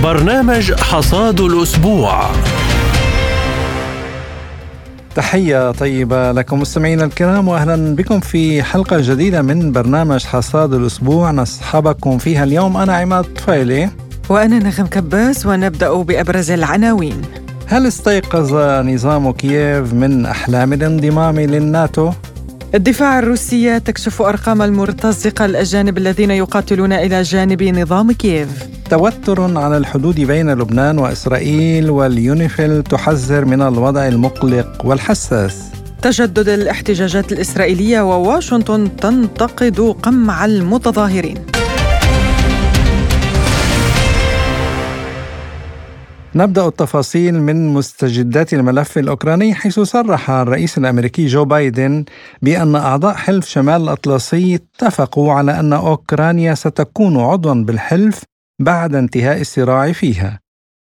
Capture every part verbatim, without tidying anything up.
برنامج حصاد الأسبوع. تحية طيبة لكم مستمعينا الكرام، وأهلا بكم في حلقة جديدة من برنامج حصاد الأسبوع نصحبكم فيها اليوم أنا عماد طفيلي وأنا نغم كباس، ونبدأ بأبرز العناوين. هل استيقظ نظام كييف من أحلام الانضمام للناتو؟ الدفاع الروسية تكشف أرقام المرتزقة الأجانب الذين يقاتلون إلى جانب نظام كييف. توتر على الحدود بين لبنان وإسرائيل، واليونيفيل تحذر من الوضع المقلق والحساس. تجدد الاحتجاجات الإسرائيلية، وواشنطن تنتقد قمع المتظاهرين. نبدأ التفاصيل من مستجدات الملف الأوكراني، حيث صرح الرئيس الأمريكي جو بايدن بأن أعضاء حلف شمال الأطلسي اتفقوا على أن أوكرانيا ستكون عضواً بالحلف بعد انتهاء الصراع فيها،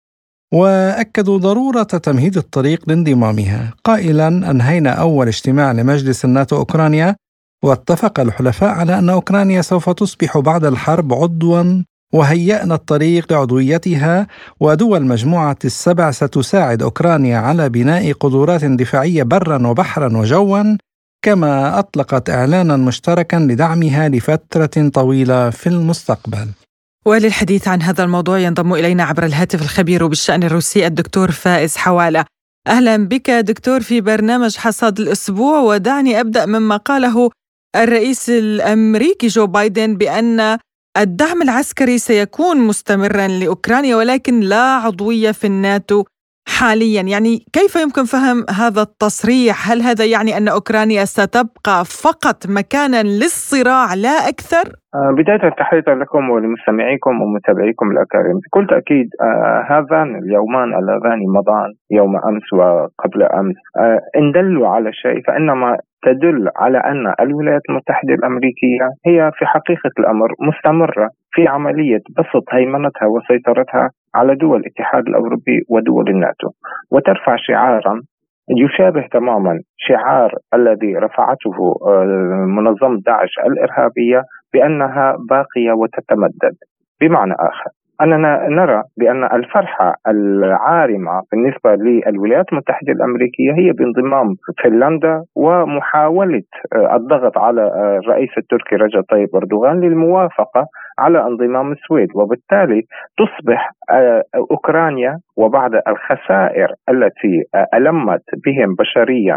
وأكدوا ضرورة تمهيد الطريق لانضمامها، قائلاً أنهينا أول اجتماع لمجلس الناتو أوكرانيا، واتفق الحلفاء على أن أوكرانيا سوف تصبح بعد الحرب عضواً، وهيأنا الطريق لعضويتها، ودول مجموعة السبع ستساعد أوكرانيا على بناء قدرات دفاعية برا وبحرا وجوا، كما أطلقت إعلانا مشتركا لدعمها لفترة طويلة في المستقبل. وللحديث عن هذا الموضوع ينضم إلينا عبر الهاتف الخبير بالشأن الروسي الدكتور فائز حوالة. أهلا بك دكتور في برنامج حصاد الأسبوع، ودعني أبدأ مما قاله الرئيس الأمريكي جو بايدن بأن الدعم العسكري سيكون مستمرا لأوكرانيا ولكن لا عضوية في الناتو حاليا. يعني كيف يمكن فهم هذا التصريح؟ هل هذا يعني أن أوكرانيا ستبقى فقط مكانا للصراع لا أكثر؟ بداية تحية لكم ولمستمعيكم ومتابعيكم الأكارم. بكل تأكيد آه هذان اليومان اللذان مضان يوم أمس وقبل أمس آه إن دلوا على شيء فإنما تدل على أن الولايات المتحدة الأمريكية هي في حقيقة الأمر مستمرة في عملية بسط هيمنتها وسيطرتها على دول الاتحاد الأوروبي ودول الناتو، وترفع شعارا يشابه تماما شعار الذي رفعته منظمة داعش الإرهابية بأنها باقية وتتمدد. بمعنى آخر أننا نرى بأن الفرحة العارمة بالنسبة للولايات المتحدة الأمريكية هي بانضمام فنلندا ومحاولة الضغط على الرئيس التركي رجب طيب أردوغان للموافقة على انضمام السويد، وبالتالي تصبح أوكرانيا وبعد الخسائر التي ألمت بهم بشريا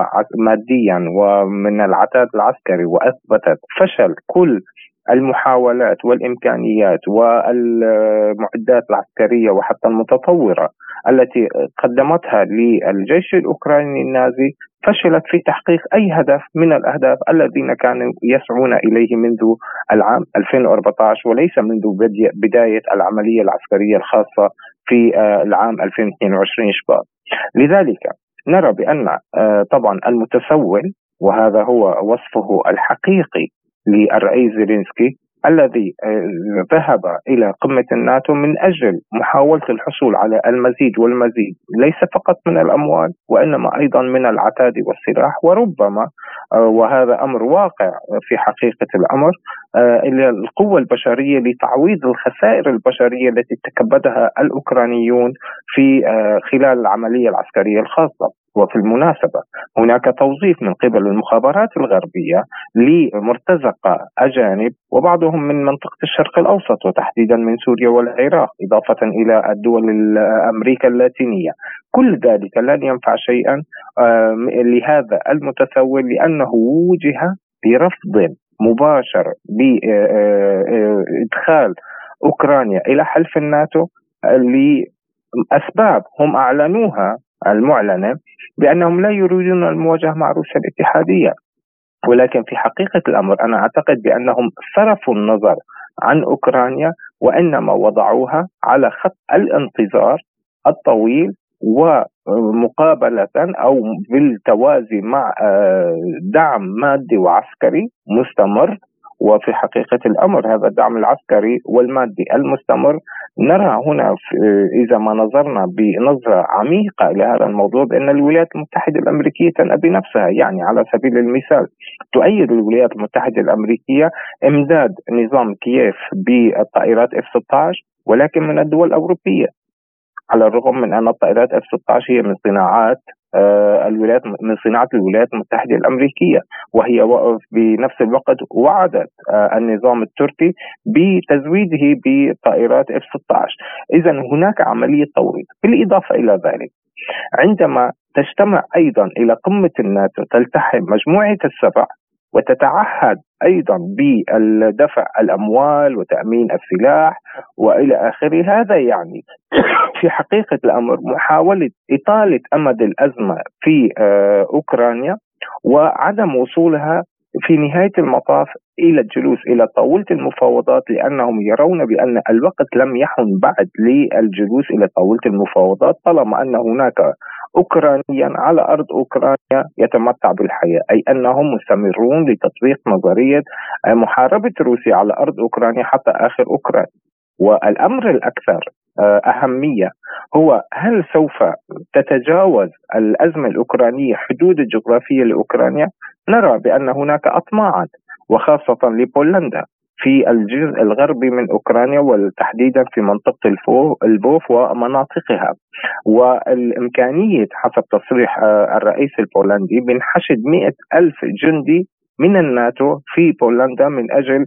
وماديا ومن العتاد العسكري وأثبتت فشل كل المحاولات والإمكانيات والمعدات العسكرية وحتى المتطورة التي قدمتها للجيش الأوكراني النازي، فشلت في تحقيق أي هدف من الأهداف الذين كانوا يسعون إليه منذ العام ألفين وأربعة عشر وليس منذ بداية العملية العسكرية الخاصة في العام ألفين واثنين وعشرين شباط. لذلك نرى بأن طبعا المتسول، وهذا هو وصفه الحقيقي للرئيس زيلينسكي الذي ذهب إلى قمة الناتو من أجل محاولة الحصول على المزيد والمزيد، ليس فقط من الأموال وإنما أيضا من العتاد والسلاح، وربما وهذا أمر واقع في حقيقة الأمر القوة البشرية لتعويض الخسائر البشرية التي تكبدها الأوكرانيون في خلال العملية العسكرية الخاصة. وفي المناسبة هناك توظيف من قبل المخابرات الغربية لمرتزقة أجانب وبعضهم من منطقة الشرق الأوسط وتحديدا من سوريا والعراق، إضافة إلى الدول الأمريكا اللاتينية. كل ذلك لن ينفع شيئا لهذا المتسول، لأنه وجه برفض مباشر بإدخال أوكرانيا إلى حلف الناتو لأسباب هم أعلنوها المعلنة بأنهم لا يريدون المواجهة مع روسيا الاتحادية، ولكن في حقيقة الأمر أنا أعتقد بأنهم صرفوا النظر عن أوكرانيا وإنما وضعوها على خط الانتظار الطويل، ومقابلة أو بالتوازي مع دعم مادي وعسكري مستمر. وفي حقيقة الأمر هذا الدعم العسكري والمادي المستمر نرى هنا إذا ما نظرنا بنظرة عميقة إلى هذا الموضوع بأن الولايات المتحدة الأمريكية تنأى بنفسها. يعني على سبيل المثال تؤيد الولايات المتحدة الأمريكية إمداد نظام كييف بالطائرات إف ستة عشر ولكن من الدول الأوروبية، على الرغم من أن الطائرات إف ستة عشر هي من صناعات الولايات من صناعة الولايات المتحدة الأمريكية، وهي بنفس الوقت وعدت النظام التركي بتزويده بطائرات إف ستة عشر. إذن هناك عملية توريط. بالإضافة إلى ذلك عندما تجتمع أيضا إلى قمة الناتو تلتحم مجموعة السبع وتتعهد أيضا بالدفع الأموال وتأمين السلاح وإلى آخره، هذا يعني في حقيقة الأمر محاولة إطالة أمد الأزمة في أوكرانيا وعدم وصولها في نهاية المطاف إلى الجلوس إلى طاولة المفاوضات، لأنهم يرون بأن الوقت لم يحن بعد للجلوس إلى طاولة المفاوضات طالما أن هناك أوكرانيا على أرض أوكرانيا يتمتع بالحياة، أي أنهم مستمرون لتطبيق نظرية محاربة روسيا على أرض أوكرانيا حتى آخر أوكرانيا. والأمر الأكثر أهمية هو هل سوف تتجاوز الأزمة الأوكرانية حدود الجغرافية لأوكرانيا؟ نرى بأن هناك أطماعا وخاصة لبولندا في الجزء الغربي من أوكرانيا وتحديدا في منطقة البوف ومناطقها، والإمكانية حسب تصريح الرئيس البولندي بنحشد مئة ألف جندي من الناتو في بولندا من أجل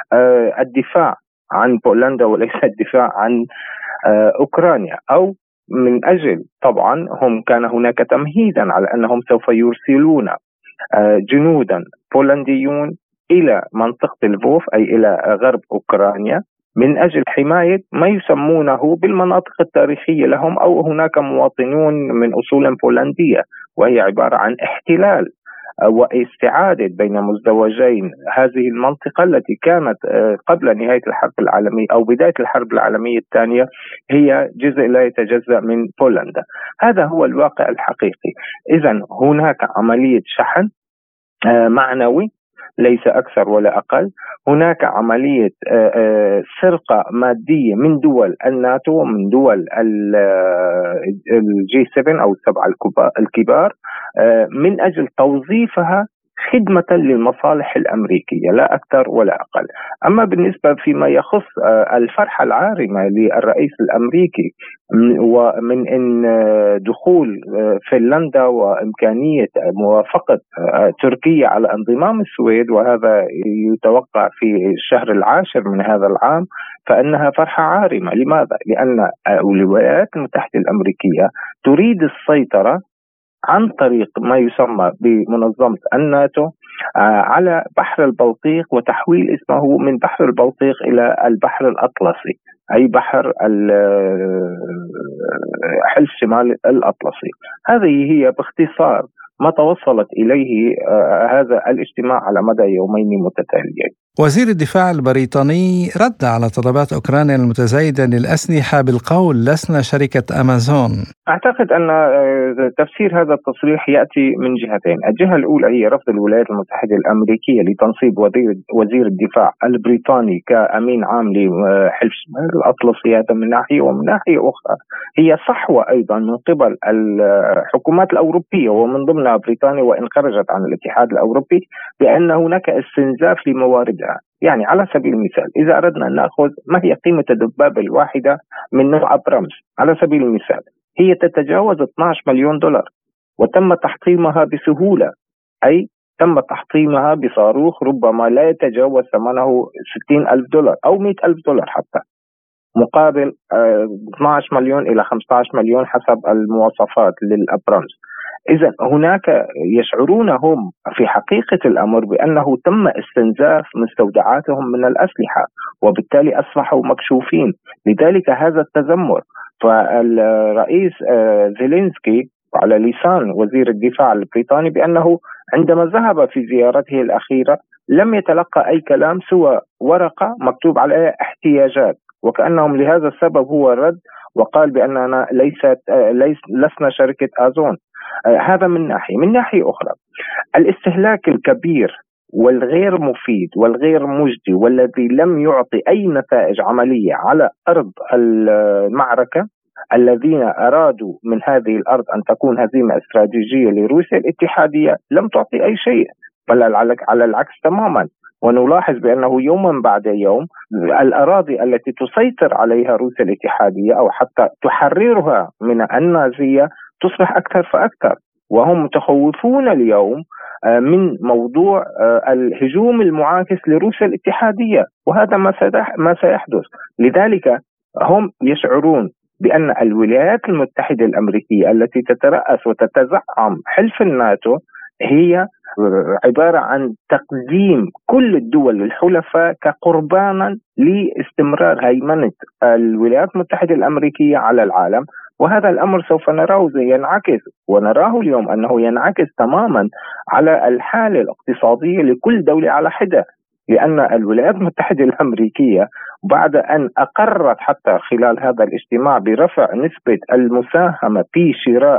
الدفاع عن بولندا وليس الدفاع عن أوكرانيا، أو من أجل طبعا هم كان هناك تمهيدا على أنهم سوف يرسلون جنودا بولنديون إلى منطقة الفوف أي إلى غرب أوكرانيا من أجل حماية ما يسمونه بالمناطق التاريخية لهم، أو هناك مواطنون من أصول بولندية، وهي عبارة عن احتلال واستعادة بين مزدوجين هذه المنطقة التي كانت قبل نهاية الحرب العالمية أو بداية الحرب العالمية الثانية هي جزء لا يتجزأ من بولندا. هذا هو الواقع الحقيقي. إذن هناك عملية شحن معنوي ليس أكثر ولا أقل، هناك عملية سرقة مادية من دول الناتو ومن دول الجي سبعة أو السبعة الكبار من أجل توظيفها خدمة للمصالح الأمريكية لا أكثر ولا أقل. أما بالنسبة فيما يخص الفرحة العارمة للرئيس الأمريكي ومن إن دخول فنلندا وإمكانية موافقة تركيا على انضمام السويد، وهذا يتوقع في الشهر العاشر من هذا العام، فإنها فرحة عارمة. لماذا؟ لأن الولايات المتحدة الأمريكية تريد السيطرة عن طريق ما يسمى بمنظمة الناتو على بحر البلطيق وتحويل اسمه من بحر البلطيق إلى البحر الأطلسي، أي بحر حلف شمال الأطلسي. هذه هي باختصار ما توصلت إليه هذا الاجتماع على مدى يومين متتاليين. وزير الدفاع البريطاني رد على طلبات أوكرانيا المتزايدة للأسلحة بالقول لسنا شركة أمازون. أعتقد أن تفسير هذا التصريح يأتي من جهتين. الجهة الأولى هي رفض الولايات المتحدة الأمريكية لتنصيب وزير, وزير الدفاع البريطاني كأمين عام لحلف شمال الأطلسي، هذا من ناحية، ومن ناحية أخرى هي صحوة أيضا من قبل الحكومات الأوروبية ومن ضمنها بريطانيا وإن خرجت عن الاتحاد الأوروبي بأن هناك استنزاف لمواردها. يعني على سبيل المثال إذا أردنا أن نأخذ ما هي قيمة الدبابة الواحدة من نوع أبرامز على سبيل المثال، هي تتجاوز اثني عشر مليون دولار وتم تحطيمها بسهولة، أي تم تحطيمها بصاروخ ربما لا يتجاوز ثمنه ستين ألف دولار أو مئة ألف دولار حتى، مقابل اثني عشر مليون إلى خمسة عشر مليون حسب المواصفات للأبرامز. إذن هناك يشعرون هم في حقيقة الأمر بأنه تم استنزاف مستودعاتهم من الأسلحة وبالتالي أصبحوا مكشوفين، لذلك هذا التذمر. فالرئيس زيلينسكي على لسان وزير الدفاع البريطاني بأنه عندما ذهب في زيارته الأخيرة لم يتلقى أي كلام سوى ورقة مكتوب عليها احتياجات، وكأنهم لهذا السبب هو رد وقال بأننا ليست ليس لسنا شركة أمازون. هذا من ناحية. من ناحية أخرى الاستهلاك الكبير والغير مفيد والغير مجدي والذي لم يعطي أي نتائج عملية على أرض المعركة، الذين أرادوا من هذه الأرض أن تكون هزيمة استراتيجية لروسيا الاتحادية، لم تعطي أي شيء، بل على العكس تماما. ونلاحظ بأنه يوما بعد يوم الأراضي التي تسيطر عليها روسيا الاتحادية أو حتى تحررها من النازية تصبح أكثر فأكثر، وهم متخوفون اليوم من موضوع الهجوم المعاكس لروسيا الاتحادية، وهذا ما سيحدث. لذلك هم يشعرون بأن الولايات المتحدة الأمريكية التي تترأس وتتزعم حلف الناتو هي عبارة عن تقديم كل الدول الحلفاء كقربانا لاستمرار هيمنة الولايات المتحدة الأمريكية على العالم. وهذا الأمر سوف نراه ينعكس، ونراه اليوم أنه ينعكس تماما على الحالة الاقتصادية لكل دولة على حدة، لأن الولايات المتحدة الأمريكية بعد أن أقرت حتى خلال هذا الاجتماع برفع نسبة المساهمة في شراء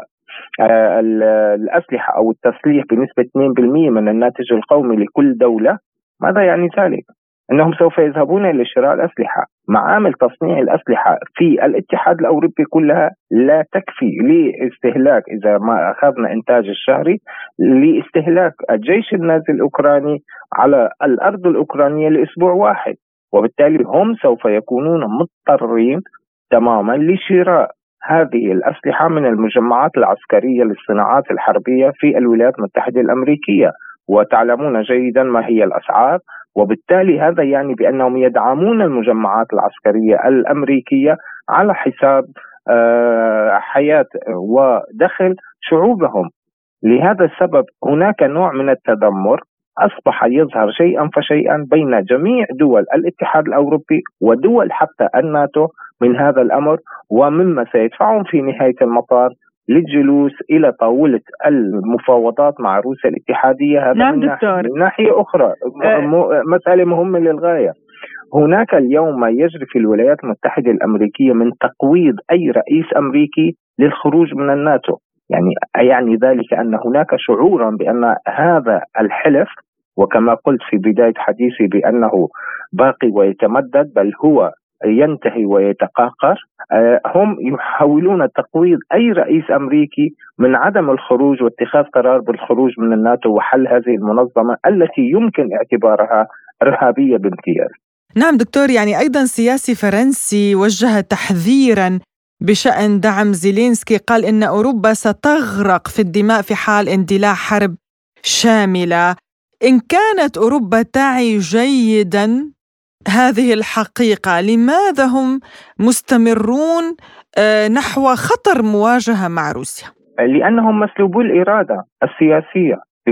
الأسلحة أو التسليح بنسبة اثنين بالمئة من الناتج القومي لكل دولة، ماذا يعني ذلك؟ أنهم سوف يذهبون إلى شراء الأسلحة. معامل تصنيع الأسلحة في الاتحاد الأوروبي كلها لا تكفي لاستهلاك، إذا ما أخذنا إنتاج الشهري، لاستهلاك الجيش النازي الأوكراني على الأرض الأوكرانية لأسبوع واحد، وبالتالي هم سوف يكونون مضطرين تماما لشراء هذه الأسلحة من المجمعات العسكرية للصناعات الحربية في الولايات المتحدة الأمريكية، وتعلمون جيدا ما هي الأسعار. وبالتالي هذا يعني بأنهم يدعمون المجمعات العسكرية الأمريكية على حساب حياة ودخل شعوبهم. لهذا السبب هناك نوع من التذمر أصبح يظهر شيئا فشيئا بين جميع دول الاتحاد الأوروبي ودول حتى الناتو من هذا الأمر، ومما سيدفعهم في نهاية المطار للجلوس إلى طاولة المفاوضات مع روسيا الاتحادية. هذا نعم من دكتور. ناحية, من ناحية أخرى أه مسألة مهمة للغاية. هناك اليوم ما يجري في الولايات المتحدة الأمريكية من تقويض أي رئيس أمريكي للخروج من الناتو، يعني يعني ذلك أن هناك شعورا بأن هذا الحلف، وكما قلت في بداية حديثي بأنه باقي ويتمدد بل هو ينتهي ويتقاقر، هم يحاولون تقويض أي رئيس أمريكي من عدم الخروج واتخاذ قرار بالخروج من الناتو وحل هذه المنظمة التي يمكن اعتبارها إرهابية بامتياز. نعم دكتور، يعني أيضا سياسي فرنسي وجه تحذيرا بشأن دعم زيلينسكي، قال إن أوروبا ستغرق في الدماء في حال اندلاع حرب شاملة. إن كانت أوروبا تعي جيدا هذه الحقيقة، لماذا هم مستمرون نحو خطر مواجهة مع روسيا؟ لأنهم مسلوبو الإرادة السياسية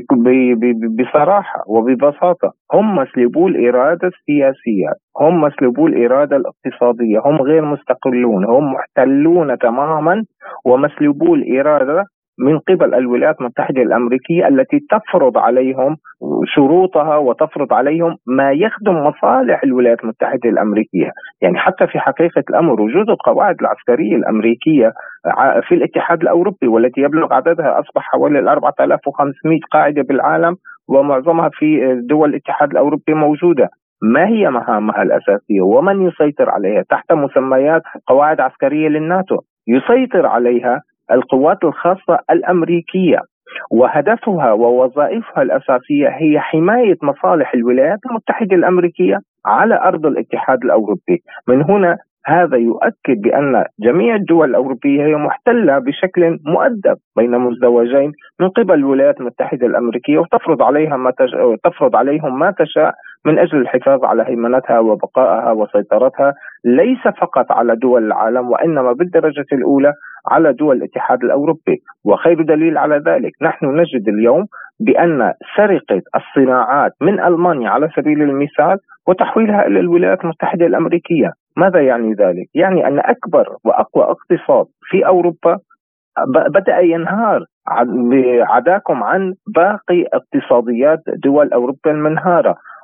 بصراحة وببساطة. هم مسلوبو الإرادة السياسية، هم مسلوبو الإرادة الاقتصادية، هم غير مستقلون، هم محتلون تماما ومسلوبو الإرادة من قبل الولايات المتحدة الأمريكية التي تفرض عليهم شروطها وتفرض عليهم ما يخدم مصالح الولايات المتحدة الأمريكية. يعني حتى في حقيقة الأمر وجود القواعد العسكرية الأمريكية في الاتحاد الأوروبي والتي يبلغ عددها أصبح حوالي أربعة آلاف وخمسمئة قاعدة بالعالم ومعظمها في دول الاتحاد الأوروبي موجودة. ما هي مهامها الأساسية ومن يسيطر عليها تحت مسميات قواعد عسكرية للناتو؟ يسيطر عليها القوات الخاصة الأمريكية، وهدفها ووظائفها الأساسية هي حماية مصالح الولايات المتحدة الأمريكية على أرض الاتحاد الأوروبي. من هنا هذا يؤكد بأن جميع الدول الأوروبية هي محتلة بشكل مؤدب بين مزدوجين من قبل الولايات المتحدة الأمريكية، وتفرض عليها ما تش... تفرض عليهم ما تشاء من أجل الحفاظ على هيمنتها وبقائها وسيطرتها، ليس فقط على دول العالم وإنما بالدرجة الأولى على دول الاتحاد الأوروبي. وخير دليل على ذلك نحن نجد اليوم بأن سرقة الصناعات من ألمانيا على سبيل المثال وتحويلها إلى الولايات المتحدة الأمريكية. ماذا يعني ذلك؟ يعني أن أكبر وأقوى اقتصاد في أوروبا بدأ ينهار عداكم عن باقي اقتصاديات دول أوروبا المنهارة.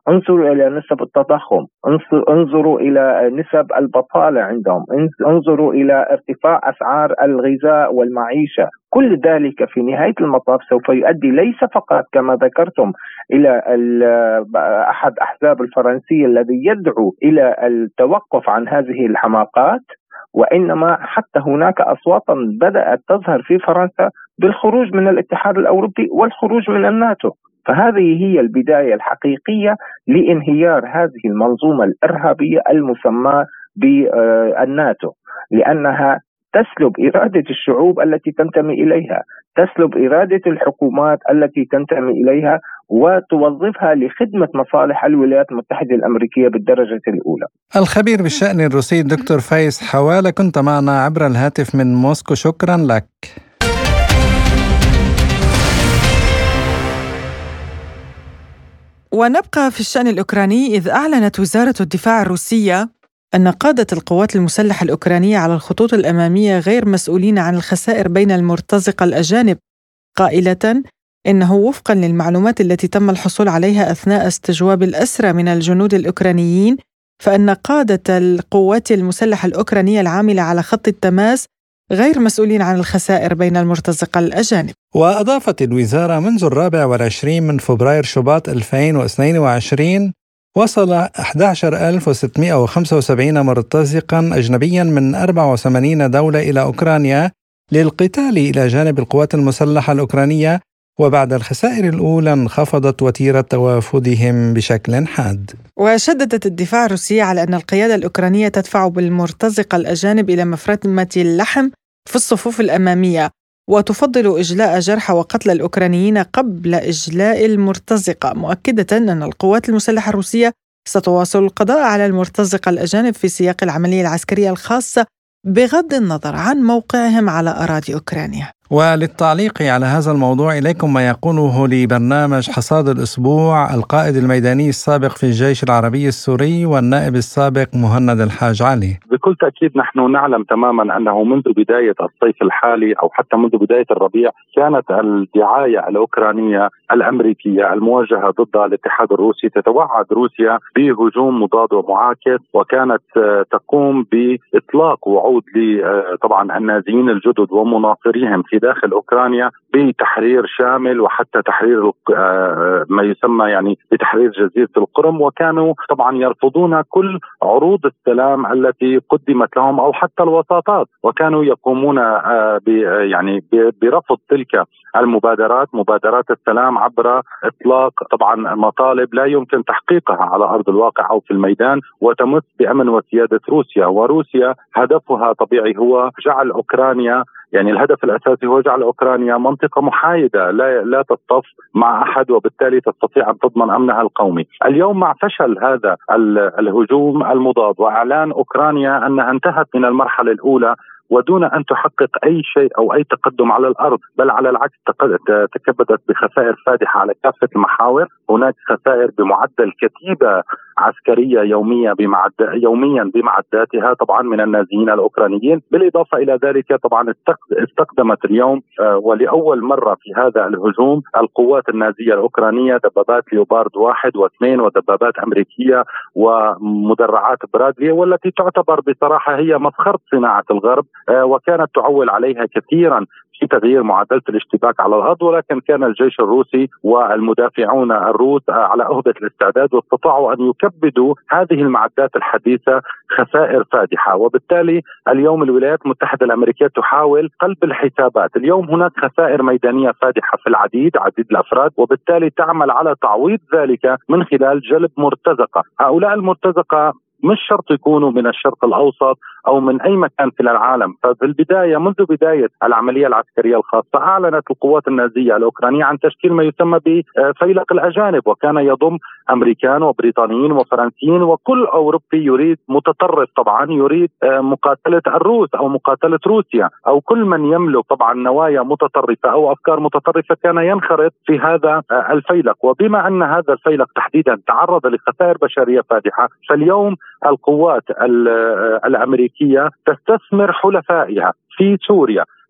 انظروا إلى نسب التضخم، انظروا إلى نسب البطالة عندهم، انظروا إلى ارتفاع أسعار الغذاء والمعيشة. كل ذلك في نهاية المطاف سوف يؤدي ليس فقط كما ذكرتم إلى أحد أحزاب الفرنسية الذي يدعو إلى التوقف عن هذه الحماقات، وإنما حتى هناك أصوات بدأت تظهر في فرنسا بالخروج من الاتحاد الأوروبي والخروج من الناتو. فهذه هي البداية الحقيقية لانهيار هذه المنظومة الإرهابية المسماة بالناتو، لأنها تسلب إرادة الشعوب التي تنتمي إليها، تسلب إرادة الحكومات التي تنتمي إليها، وتوظفها لخدمة مصالح الولايات المتحدة الأمريكية بالدرجة الأولى. الخبير بالشأن الروسي الدكتور فايز حوالة، كنت معنا عبر الهاتف من موسكو، شكرا لك. ونبقى في الشأن الأوكراني، إذ أعلنت وزارة الدفاع الروسية أن قادة القوات المسلحة الأوكرانية على الخطوط الأمامية غير مسؤولين عن الخسائر بين المرتزقة الأجانب، قائلة إنه وفقا للمعلومات التي تم الحصول عليها أثناء استجواب الأسرى من الجنود الأوكرانيين، فإن قادة القوات المسلحة الأوكرانية العاملة على خط التماس غير مسؤولين عن الخسائر بين المرتزقة الأجانب. وأضافت الوزارة منذ الرابع والعشرين من فبراير شباط ألفين واثنين وعشرين وصل أحد عشر ألف وستمائة وخمسة وسبعين مرتزقا أجنبيا من أربع وثمانين دولة إلى أوكرانيا للقتال إلى جانب القوات المسلحة الأوكرانية، وبعد الخسائر الأولى انخفضت وتيرة توافدهم بشكل حاد. وشددت الدفاع الروسي على أن القيادة الأوكرانية تدفع بالمرتزقة الأجانب إلى مفرمة اللحم في الصفوف الأمامية، وتفضل إجلاء جرحى وقتلى الأوكرانيين قبل إجلاء المرتزقة، مؤكدة أن القوات المسلحة الروسية ستواصل القضاء على المرتزقة الأجانب في سياق العملية العسكرية الخاصة بغض النظر عن موقعهم على أراضي أوكرانيا. وللتعليق على هذا الموضوع إليكم ما يقوله لبرنامج حصاد الأسبوع القائد الميداني السابق في الجيش العربي السوري والنائب السابق مهند الحاج علي. بكل تأكيد نحن نعلم تماما أنه منذ بداية الصيف الحالي أو حتى منذ بداية الربيع كانت الدعاية الأوكرانية الأمريكية الموجهة ضد الاتحاد الروسي تتوعد روسيا بهجوم مضاد ومعاكس، وكانت تقوم بإطلاق وعود لطبعا النازيين الجدد ومناصريهم في داخل أوكرانيا بتحرير شامل وحتى تحرير ما يسمى يعني بتحرير جزيرة القرم، وكانوا طبعا يرفضون كل عروض السلام التي قدمت لهم أو حتى الوساطات، وكانوا يقومون يعني برفض تلك المبادرات مبادرات السلام عبر إطلاق طبعا مطالب لا يمكن تحقيقها على أرض الواقع أو في الميدان وتمس بأمن وسيادة روسيا. وروسيا هدفها طبيعي هو جعل أوكرانيا يعني الهدف الأساسي هو جعل أوكرانيا منطقة محايدة لا لا تصطف مع أحد، وبالتالي تستطيع أن تضمن أمنها القومي. اليوم مع فشل هذا الهجوم المضاد وإعلان أوكرانيا أنها انتهت من المرحلة الأولى ودون أن تحقق أي شيء أو أي تقدم على الأرض، بل على العكس تكبدت بخسائر فادحة على كافة المحاور. هناك خسائر بمعدل كتيبة عسكرية يوميا بمعد... يوميا بمعداتها طبعا من النازيين الأوكرانيين. بالإضافة إلى ذلك طبعا استخدمت اليوم ولأول مرة في هذا الهجوم القوات النازية الأوكرانية دبابات ليوبارد واحد واثنين ودبابات أمريكية ومدرعات برادلي، والتي تعتبر بصراحة هي مسخرة صناعة الغرب، وكانت تعول عليها كثيرا في تغيير معدلة الاشتباك على الأرض، ولكن كان الجيش الروسي والمدافعون الروس على أهبة الاستعداد واستطاعوا أن يكبدوا هذه المعدات الحديثة خسائر فادحة. وبالتالي اليوم الولايات المتحدة الأمريكية تحاول قلب الحسابات. اليوم هناك خسائر ميدانية فادحة في العديد عديد الأفراد، وبالتالي تعمل على تعويض ذلك من خلال جلب مرتزقة. هؤلاء المرتزقة مش شرط يكونوا من الشرق الأوسط أو من أي مكان في العالم. ففي البداية منذ بداية العملية العسكرية الخاصة أعلنت القوات النازية الأوكرانية عن تشكيل ما يسمى بفيلق الأجانب، وكان يضم أمريكان وبريطانيين وفرنسيين وكل أوروبي يريد متطرف طبعا يريد مقاتلة الروس أو مقاتلة روسيا، أو كل من يملك طبعا نوايا متطرفة أو أفكار متطرفة كان ينخرط في هذا الفيلق. وبما أن هذا الفيلق تحديدا تعرض لخسائر بشرية فادحة، فاليوم القوات الأمريكية تستثمر حلفائها في سوريا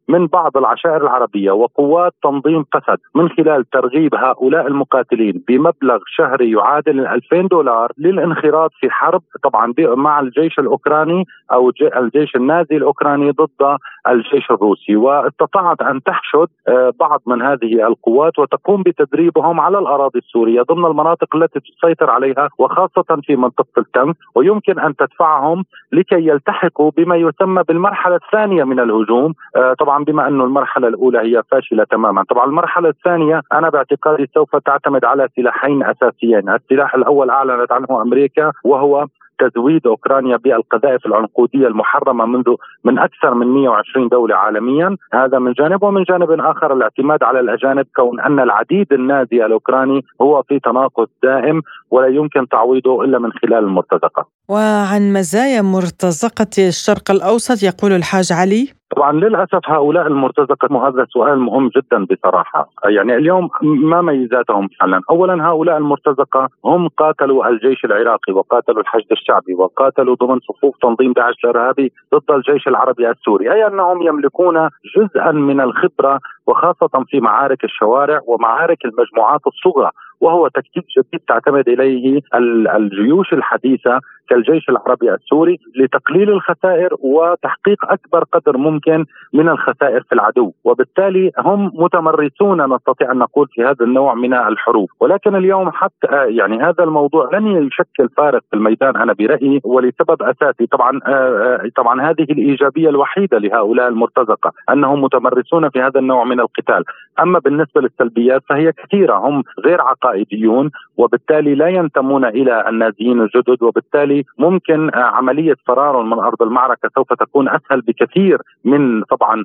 من بعض العشائر العربية وقوات تنظيم فسد من خلال ترغيب هؤلاء المقاتلين بمبلغ شهري يعادل ألفين دولار للانخراط في حرب طبعا مع الجيش الأوكراني أو الجيش النازي الأوكراني ضد الجيش الروسي، واستطاعت أن تحشد بعض من هذه القوات وتقوم بتدريبهم على الأراضي السورية ضمن المناطق التي تسيطر عليها وخاصة في منطقة التنف، ويمكن أن تدفعهم لكي يلتحقوا بما يسمى بالمرحلة الثانية من الهجوم. طبعا بما أن المرحلة الأولى هي فاشلة تماما، طبعا المرحلة الثانية أنا باعتقادي سوف تعتمد على سلاحين أساسيين. السلاح الأول أعلنت عنه أمريكا وهو تزويد أوكرانيا بالقذائف العنقودية المحرمة منذ من أكثر من مئة وعشرين دولة عالميا، هذا من جانب، ومن جانب آخر الاعتماد على الأجانب، كون أن العديد النازي الأوكراني هو في تناقص دائم ولا يمكن تعويضه إلا من خلال المرتزقة. وعن مزايا مرتزقة الشرق الأوسط يقول الحاج علي. طبعا للأسف هؤلاء المرتزقة، هذا سؤال مهم جدا بصراحة. يعني اليوم ما ميزاتهم فعلا؟ أولا هؤلاء المرتزقة هم قاتلوا الجيش العراقي وقاتلوا الحشد الشعبي وقاتلوا ضمن صفوف تنظيم داعش الإرهابي ضد الجيش العربي السوري، أي أنهم يملكون جزءا من الخبرة وخاصة في معارك الشوارع ومعارك المجموعات الصغرى، وهو تكتيك جديد تعتمد إليه الجيوش الحديثة كالجيش العربي السوري لتقليل الخسائر وتحقيق أكبر قدر ممكن من الخسائر في العدو، وبالتالي هم متمرسون نستطيع أن نقول في هذا النوع من الحروب. ولكن اليوم حتى يعني هذا الموضوع لن يشكل فارق في الميدان أنا برأيي، ولسبب أساسي. طبعا طبعا هذه الإيجابية الوحيدة لهؤلاء المرتزقة أنهم متمرسون في هذا النوع من القتال. أما بالنسبة للسلبيات فهي كثيرة، هم غير عقائديون وبالتالي لا ينتمون إلى النازيين الجدد، وبالتالي ممكن عملية فرار من أرض المعركة سوف تكون أسهل بكثير من طبعا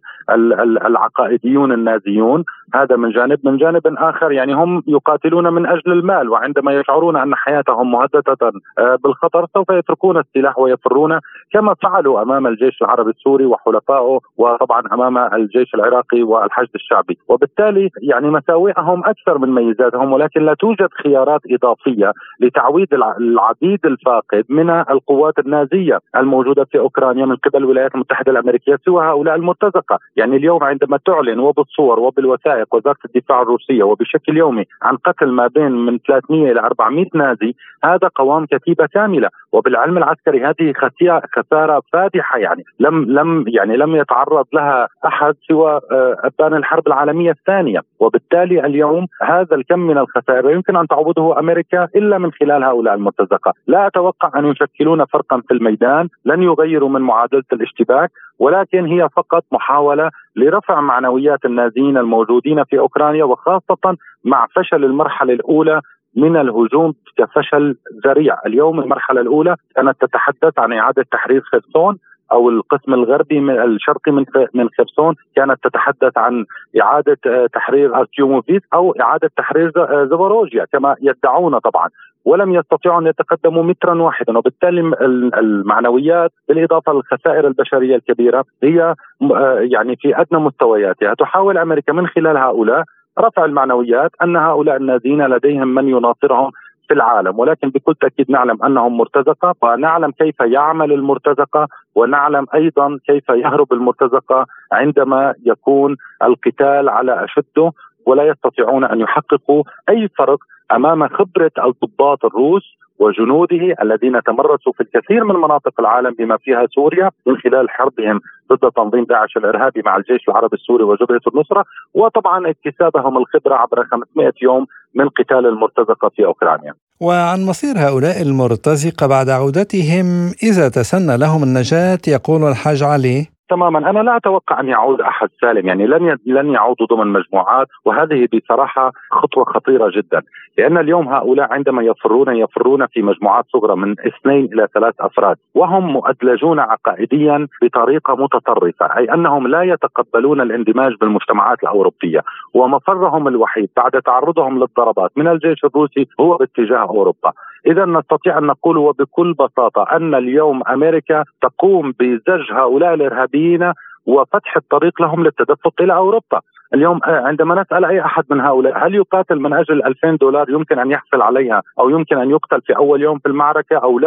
العقائديون النازيون. هذا من جانب. من جانب آخر يعني هم يقاتلون من أجل المال، وعندما يشعرون أن حياتهم مهددة بالخطر سوف يتركون السلاح ويفرون كما فعلوا أمام الجيش العربي السوري وحلفائه، وطبعا أمام الجيش العراقي والحشد الشعبي. وبالتالي يعني مساوئهم أكثر من ميزاتهم، ولكن لا توجد خيارات إضافية لتعويض العديد الفاقد من القوات النازية الموجودة في أوكرانيا من قبل الولايات المتحدة الأمريكية سوى هؤلاء المرتزقة. يعني اليوم عندما تعلن وبالصور وبالوثائق وزارة الدفاع الروسية وبشكل يومي عن قتل ما بين من ثلاثمئة إلى أربعمئة نازي، هذا قوام كتيبة كاملة. وبالعلم العسكري هذه خسارة فادحة، يعني لم لم يعني لم يتعرض لها أحد سوى أبان الحرب العالمية الثانية. وبالتالي اليوم هذا الكم من الخسائر يمكن أن تعوضه أمريكا إلا من خلال هؤلاء المرتزقة. لا أتوقع أن يشكلون فرقا في الميدان، لن يغيروا من معادلة الاشتباك، ولكن هي فقط محاولة لرفع معنويات النازيين الموجودين في أوكرانيا، وخاصة مع فشل المرحلة الأولى من الهجوم كفشل ذريع. اليوم المرحلة الأولى كانت تتحدث عن إعادة تحرير خرسون أو القسم الغربي من الشرقي من من خرسون، كانت تتحدث عن إعادة تحرير أرتيوموفيت أو إعادة تحرير زابوروجيا كما يدعون طبعا، ولم يستطيعوا أن يتقدموا مترا واحدا. وبالتالي المعنويات بالإضافة للخسائر البشرية الكبيرة هي يعني في أدنى مستوياتها. تحاول أمريكا من خلال هؤلاء رفع المعنويات أن هؤلاء النازيين لديهم من يناصرهم في العالم، ولكن بكل تأكيد نعلم أنهم مرتزقة، ونعلم كيف يعمل المرتزقة، ونعلم أيضا كيف يهرب المرتزقة عندما يكون القتال على أشده، ولا يستطيعون أن يحققوا أي فرق أمام خبرة الضباط الروس وجنوده الذين تمرسوا في الكثير من مناطق العالم بما فيها سوريا من خلال حربهم ضد تنظيم داعش الإرهابي مع الجيش العربي السوري وجبهة النصرة، وطبعا اكتسابهم الخبرة عبر خمسمئة يوم من قتال المرتزقة في أوكرانيا. وعن مصير هؤلاء المرتزقة بعد عودتهم إذا تسنى لهم النجاة يقول الحاج علي. تماما، أنا لا أتوقع أن يعود أحد سالم، يعني لن لن يعودوا ضمن مجموعات، وهذه بصراحة خطوة خطيرة جدا، لأن اليوم هؤلاء عندما يفرون يفرون في مجموعات صغرى من اثنين إلى ثلاث أفراد، وهم مؤدلجون عقائديا بطريقة متطرفة، أي أنهم لا يتقبلون الاندماج بالمجتمعات الأوروبية، ومفرهم الوحيد بعد تعرضهم للضربات من الجيش الروسي هو باتجاه أوروبا. إذا نستطيع أن نقول وبكل بساطة أن اليوم أمريكا تقوم بزج هؤلاء الإرهابيين وفتح الطريق لهم للتدفق إلى أوروبا. اليوم عندما نسأل أي أحد من هؤلاء هل يقاتل من أجل ألفين دولار يمكن أن يحصل عليها أو يمكن أن يقتل في أول يوم في المعركة أو لا،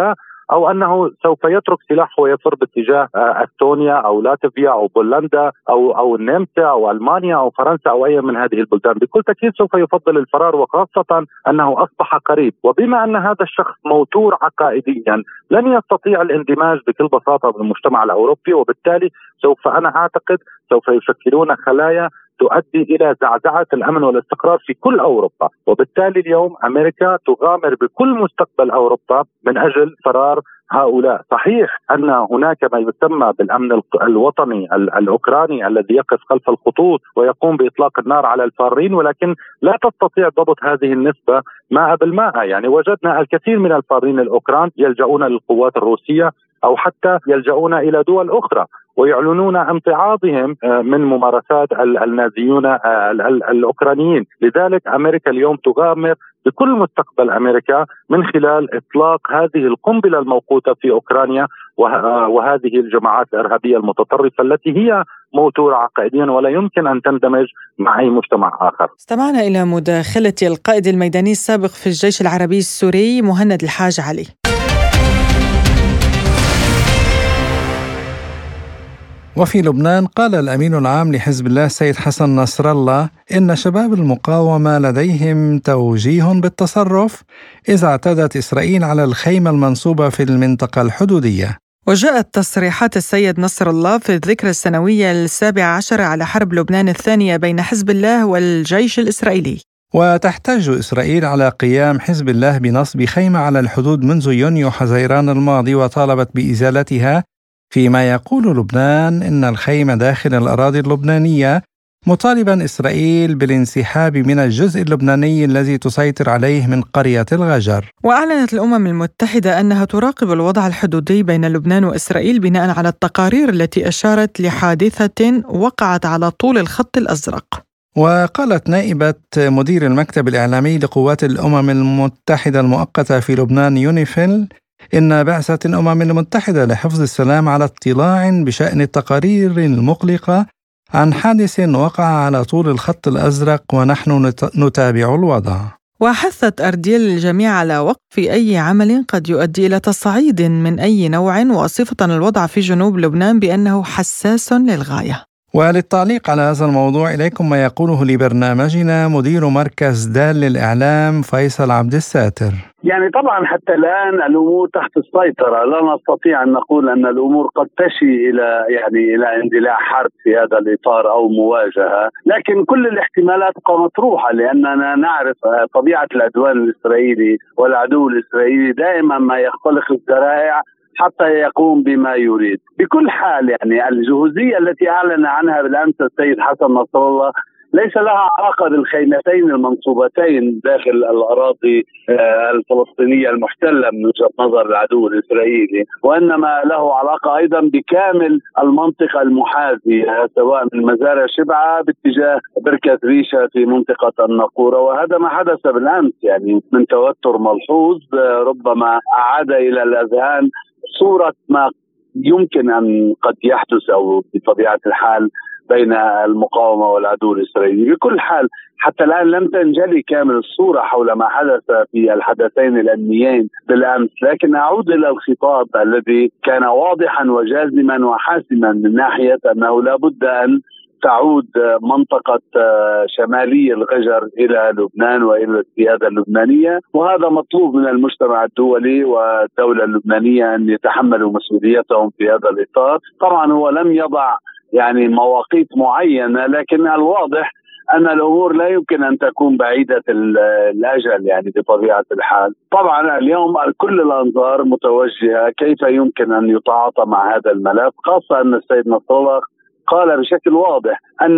أو أنه سوف يترك سلاحه ويفر باتجاه أستونيا أو لاتفيا أو بولندا أو أو النمسا أو ألمانيا أو فرنسا أو أي من هذه البلدان. بكل تأكيد سوف يفضل الفرار، وخاصة أنه أصبح قريب. وبما أن هذا الشخص موتور عقائديا لن يستطيع الاندماج بكل بساطة بالمجتمع الأوروبي، وبالتالي سوف أنا أعتقد سوف يشكلون خلايا تؤدي إلى زعزعة الأمن والاستقرار في كل أوروبا. وبالتالي اليوم أمريكا تغامر بكل مستقبل أوروبا من أجل فرار هؤلاء. صحيح أن هناك ما يسمى بالأمن الوطني الأوكراني الذي يقف خلف الخطوط ويقوم بإطلاق النار على الفارين، ولكن لا تستطيع ضبط هذه النسبة ماء بالماء. يعني وجدنا الكثير من الفارين الأوكران يلجؤون للقوات الروسية أو حتى يلجؤون إلى دول أخرى ويعلنون امتعاضهم من ممارسات النازيون الأوكرانيين. لذلك أمريكا اليوم تغامر بكل مستقبل أمريكا من خلال إطلاق هذه القنبلة الموقوتة في أوكرانيا وهذه الجماعات الإرهابية المتطرفة التي هي موتورة عقائديا ولا يمكن أن تندمج مع أي مجتمع آخر. استمعنا إلى مداخلة القائد الميداني السابق في الجيش العربي السوري مهند الحاج علي. وفي لبنان قال الأمين العام لحزب الله السيد حسن نصر الله إن شباب المقاومة لديهم توجيه بالتصرف إذا اعتدت إسرائيل على الخيمة المنصوبة في المنطقة الحدودية. وجاءت تصريحات السيد نصر الله في الذكرى السنوية السابعة عشر على حرب لبنان الثانية بين حزب الله والجيش الإسرائيلي. وتحتج إسرائيل على قيام حزب الله بنصب خيمة على الحدود منذ يونيو حزيران الماضي وطالبت بإزالتها، فيما يقول لبنان إن الخيمة داخل الأراضي اللبنانية، مطالبا إسرائيل بالانسحاب من الجزء اللبناني الذي تسيطر عليه من قرية الغجر. وأعلنت الأمم المتحدة أنها تراقب الوضع الحدودي بين لبنان وإسرائيل بناء على التقارير التي أشارت لحادثة وقعت على طول الخط الأزرق. وقالت نائبة مدير المكتب الإعلامي لقوات الأمم المتحدة المؤقتة في لبنان يونيفيل إن بعثة الأمم المتحدة لحفظ السلام على اطلاع بشأن التقارير المقلقة عن حادث وقع على طول الخط الأزرق ونحن نتابع الوضع. وحثت أرديل الجميع على وقف أي عمل قد يؤدي إلى تصعيد من أي نوع، وصفة الوضع في جنوب لبنان بأنه حساس للغاية. وللتعليق على هذا الموضوع إليكم ما يقوله لبرنامجنا مدير مركز دال للإعلام فيصل عبد الساتر. يعني طبعا حتى الآن الأمور تحت السيطرة، لا نستطيع أن نقول أن الأمور قد تشي إلى يعني إلى اندلاع حرب في هذا الإطار أو مواجهة، لكن كل الاحتمالات مطروحة لأننا نعرف طبيعة العدوان الإسرائيلي والعدو الإسرائيلي دائما ما يختلق الذرائع حتى يقوم بما يريد. بكل حال يعني الجهوزية التي أعلن عنها بالأمس السيد حسن نصر الله ليس لها علاقة بالخيمتين المنصوبتين داخل الأراضي الفلسطينية المحتلة من وجهة نظر العدو الإسرائيلي، وإنما له علاقة أيضا بكامل المنطقة المحاذية سواء من مزارع شبعة باتجاه بركة ريشة في منطقة الناقورة. وهذا ما حدث بالأمس يعني من توتر ملحوظ ربما أعاد إلى الأذهان صورة ما يمكن أن قد يحدث أو بطبيعة الحال بين المقاومة والعدو الإسرائيلي. بكل حال حتى الآن لم تنجلي كامل الصورة حول ما حدث في الحدثين الأمنيين بالأمس، لكن أعود إلى الخطاب الذي كان واضحا وجازما وحاسما من ناحية أنه لا بد أن تعود منطقة شمالي الغجر إلى لبنان وإلى السيادة اللبنانية، وهذا مطلوب من المجتمع الدولي والدولة اللبنانية أن يتحملوا مسؤوليتهم في هذا الإطار. طبعا هو لم يضع يعني مواقيت معينة، لكن الواضح أن الأمور لا يمكن أن تكون بعيدة الأجل يعني بطبيعة الحال. طبعا اليوم كل الأنظار متوجهة كيف يمكن أن يتعاطى مع هذا الملف، خاصة أن السيد نصر الله قال بشكل واضح أن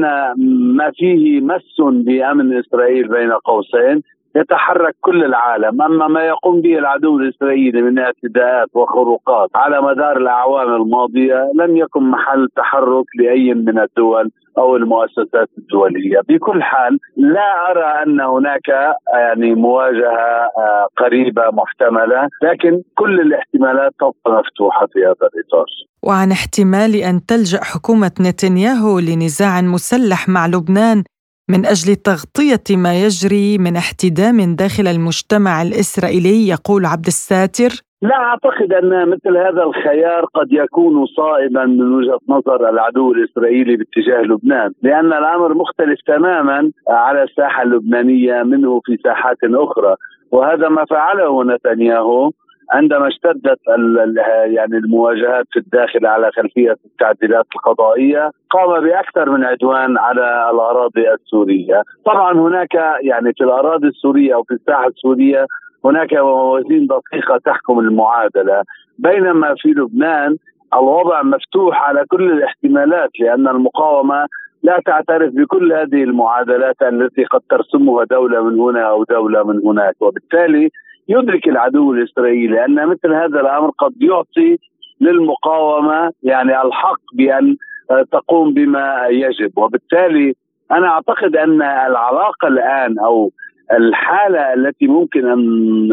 ما فيه مس بأمن إسرائيل بين قوسين يتحرك كل العالم. أما ما يقوم به العدو الإسرائيلي من اعتداءات وخروقات على مدار الأعوام الماضية لم يكن محل تحرك لأي من الدول أو المؤسسات الدولية. بكل حال لا أرى أن هناك يعني مواجهة قريبة محتملة، لكن كل الاحتمالات تبقى مفتوحة في هذا الإطار. وعن احتمال أن تلجأ حكومة نتنياهو لنزاع مسلح مع لبنان من أجل تغطية ما يجري من احتدام داخل المجتمع الإسرائيلي، يقول عبد الساتر؟ لا أعتقد أن مثل هذا الخيار قد يكون صائبا من وجهة نظر العدو الإسرائيلي باتجاه لبنان، لأن الأمر مختلف تماما على الساحة اللبنانية منه في ساحات أخرى. وهذا ما فعله نتنياهو عندما اشتدت يعني المواجهات في الداخل على خلفية التعديلات القضائية، قام بأكثر من عدوان على الأراضي السورية. طبعا هناك يعني في الأراضي السورية أو في الساحة السورية هناك موازين دقيقة تحكم المعادلة، بينما في لبنان الوضع مفتوح على كل الاحتمالات، لأن المقاومة لا تعترف بكل هذه المعادلات التي قد ترسمها دولة من هنا أو دولة من هناك. وبالتالي يدرك العدو الإسرائيلي أن مثل هذا الأمر قد يعطي للمقاومة يعني الحق بأن تقوم بما يجب. وبالتالي أنا أعتقد أن العلاقة الآن أو الحالة التي ممكن أن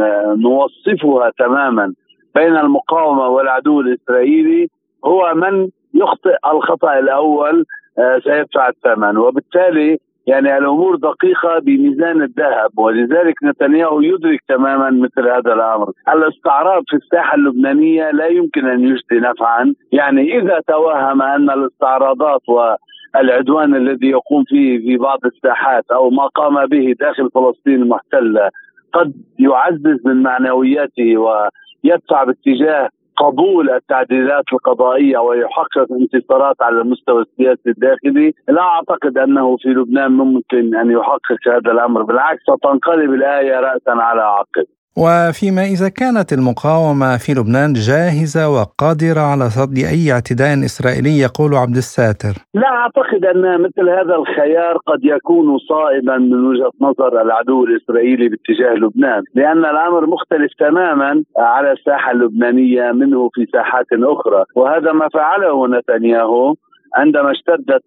نوصفها تماما بين المقاومة والعدو الإسرائيلي هو من يخطئ الخطأ الأول سيدفع الثمن. وبالتالي يعني الأمور دقيقة بميزان الذهب، ولذلك نتنياهو يدرك تماما مثل هذا الأمر. الاستعراض في الساحة اللبنانية لا يمكن أن يجدي نفعا، يعني إذا توهم أن الاستعراضات والعدوان الذي يقوم فيه في بعض الساحات أو ما قام به داخل فلسطين المحتلة قد يعزز من معنوياته ويدفع باتجاه قبول التعديلات القضائية ويحقق انتصارات على المستوى السياسي الداخلي، لا أعتقد أنه في لبنان ممكن أن يحقق هذا الأمر، بالعكس ستنقلب الآية رأسا على عقب. وفيما إذا كانت المقاومة في لبنان جاهزة وقادرة على صد أي اعتداء إسرائيلي، يقول عبد الساتر؟ لا أعتقد أن مثل هذا الخيار قد يكون صائبا من وجهة نظر العدو الإسرائيلي باتجاه لبنان، لأن الأمر مختلف تماما على الساحة اللبنانية منه في ساحات أخرى. وهذا ما فعله نتنياهو عندما اشتدت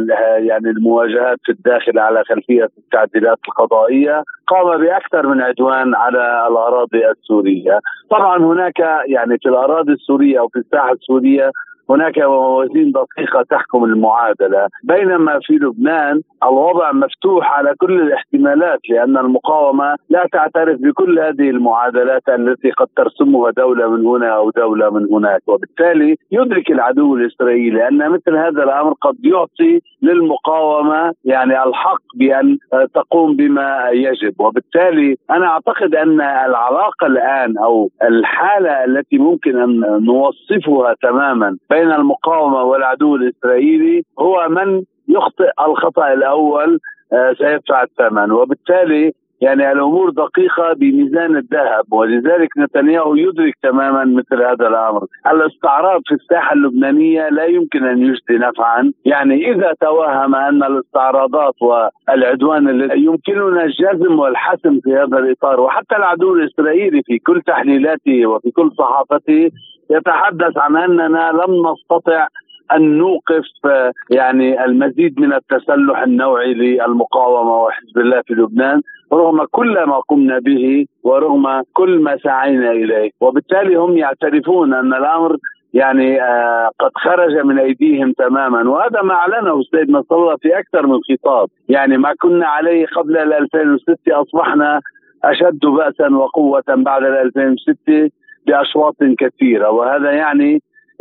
يعني المواجهات في الداخل على خلفية التعديلات القضائية، قام بأكثر من عدوان على الأراضي السورية. طبعا هناك يعني في الأراضي السورية أو في الساحة السورية هناك موازين دقيقة تحكم المعادلة، بينما في لبنان الوضع مفتوح على كل الاحتمالات، لأن المقاومة لا تعترف بكل هذه المعادلات التي قد ترسمها دولة من هنا أو دولة من هناك. وبالتالي يدرك العدو الإسرائيلي أن مثل هذا الأمر قد يعطي للمقاومة يعني الحق بأن تقوم بما يجب. وبالتالي أنا أعتقد أن العلاقة الآن أو الحالة التي ممكن أن نوصفها تماما بين المقاومة والعدو الإسرائيلي هو من يخطئ الخطأ الأول سيدفع الثمن. وبالتالي يعني الأمور دقيقة بميزان الذهب، ولذلك نتنياهو يدرك تماما مثل هذا الأمر. الاستعراض في الساحة اللبنانية لا يمكن أن يجدي نفعا، يعني إذا توهم أن الاستعراضات والعدوان الذي يمكننا الجزم والحسم في هذا الإطار، وحتى العدو الإسرائيلي في كل تحليلاته وفي كل صحافته يتحدث عن أننا لم نستطع أن نوقف يعني المزيد من التسلح النوعي للمقاومة وحزب الله في لبنان رغم كل ما قمنا به ورغم كل ما سعينا إليه. وبالتالي هم يعترفون أن الأمر يعني آه قد خرج من أيديهم تماما، وهذا ما أعلنه السيد نصر الله في أكثر من خطاب. يعني ما كنا عليه قبل ألفين وستة أصبحنا أشد بأسا وقوة بعد ألفين وستة بأشواط كثيرة، وهذا يعني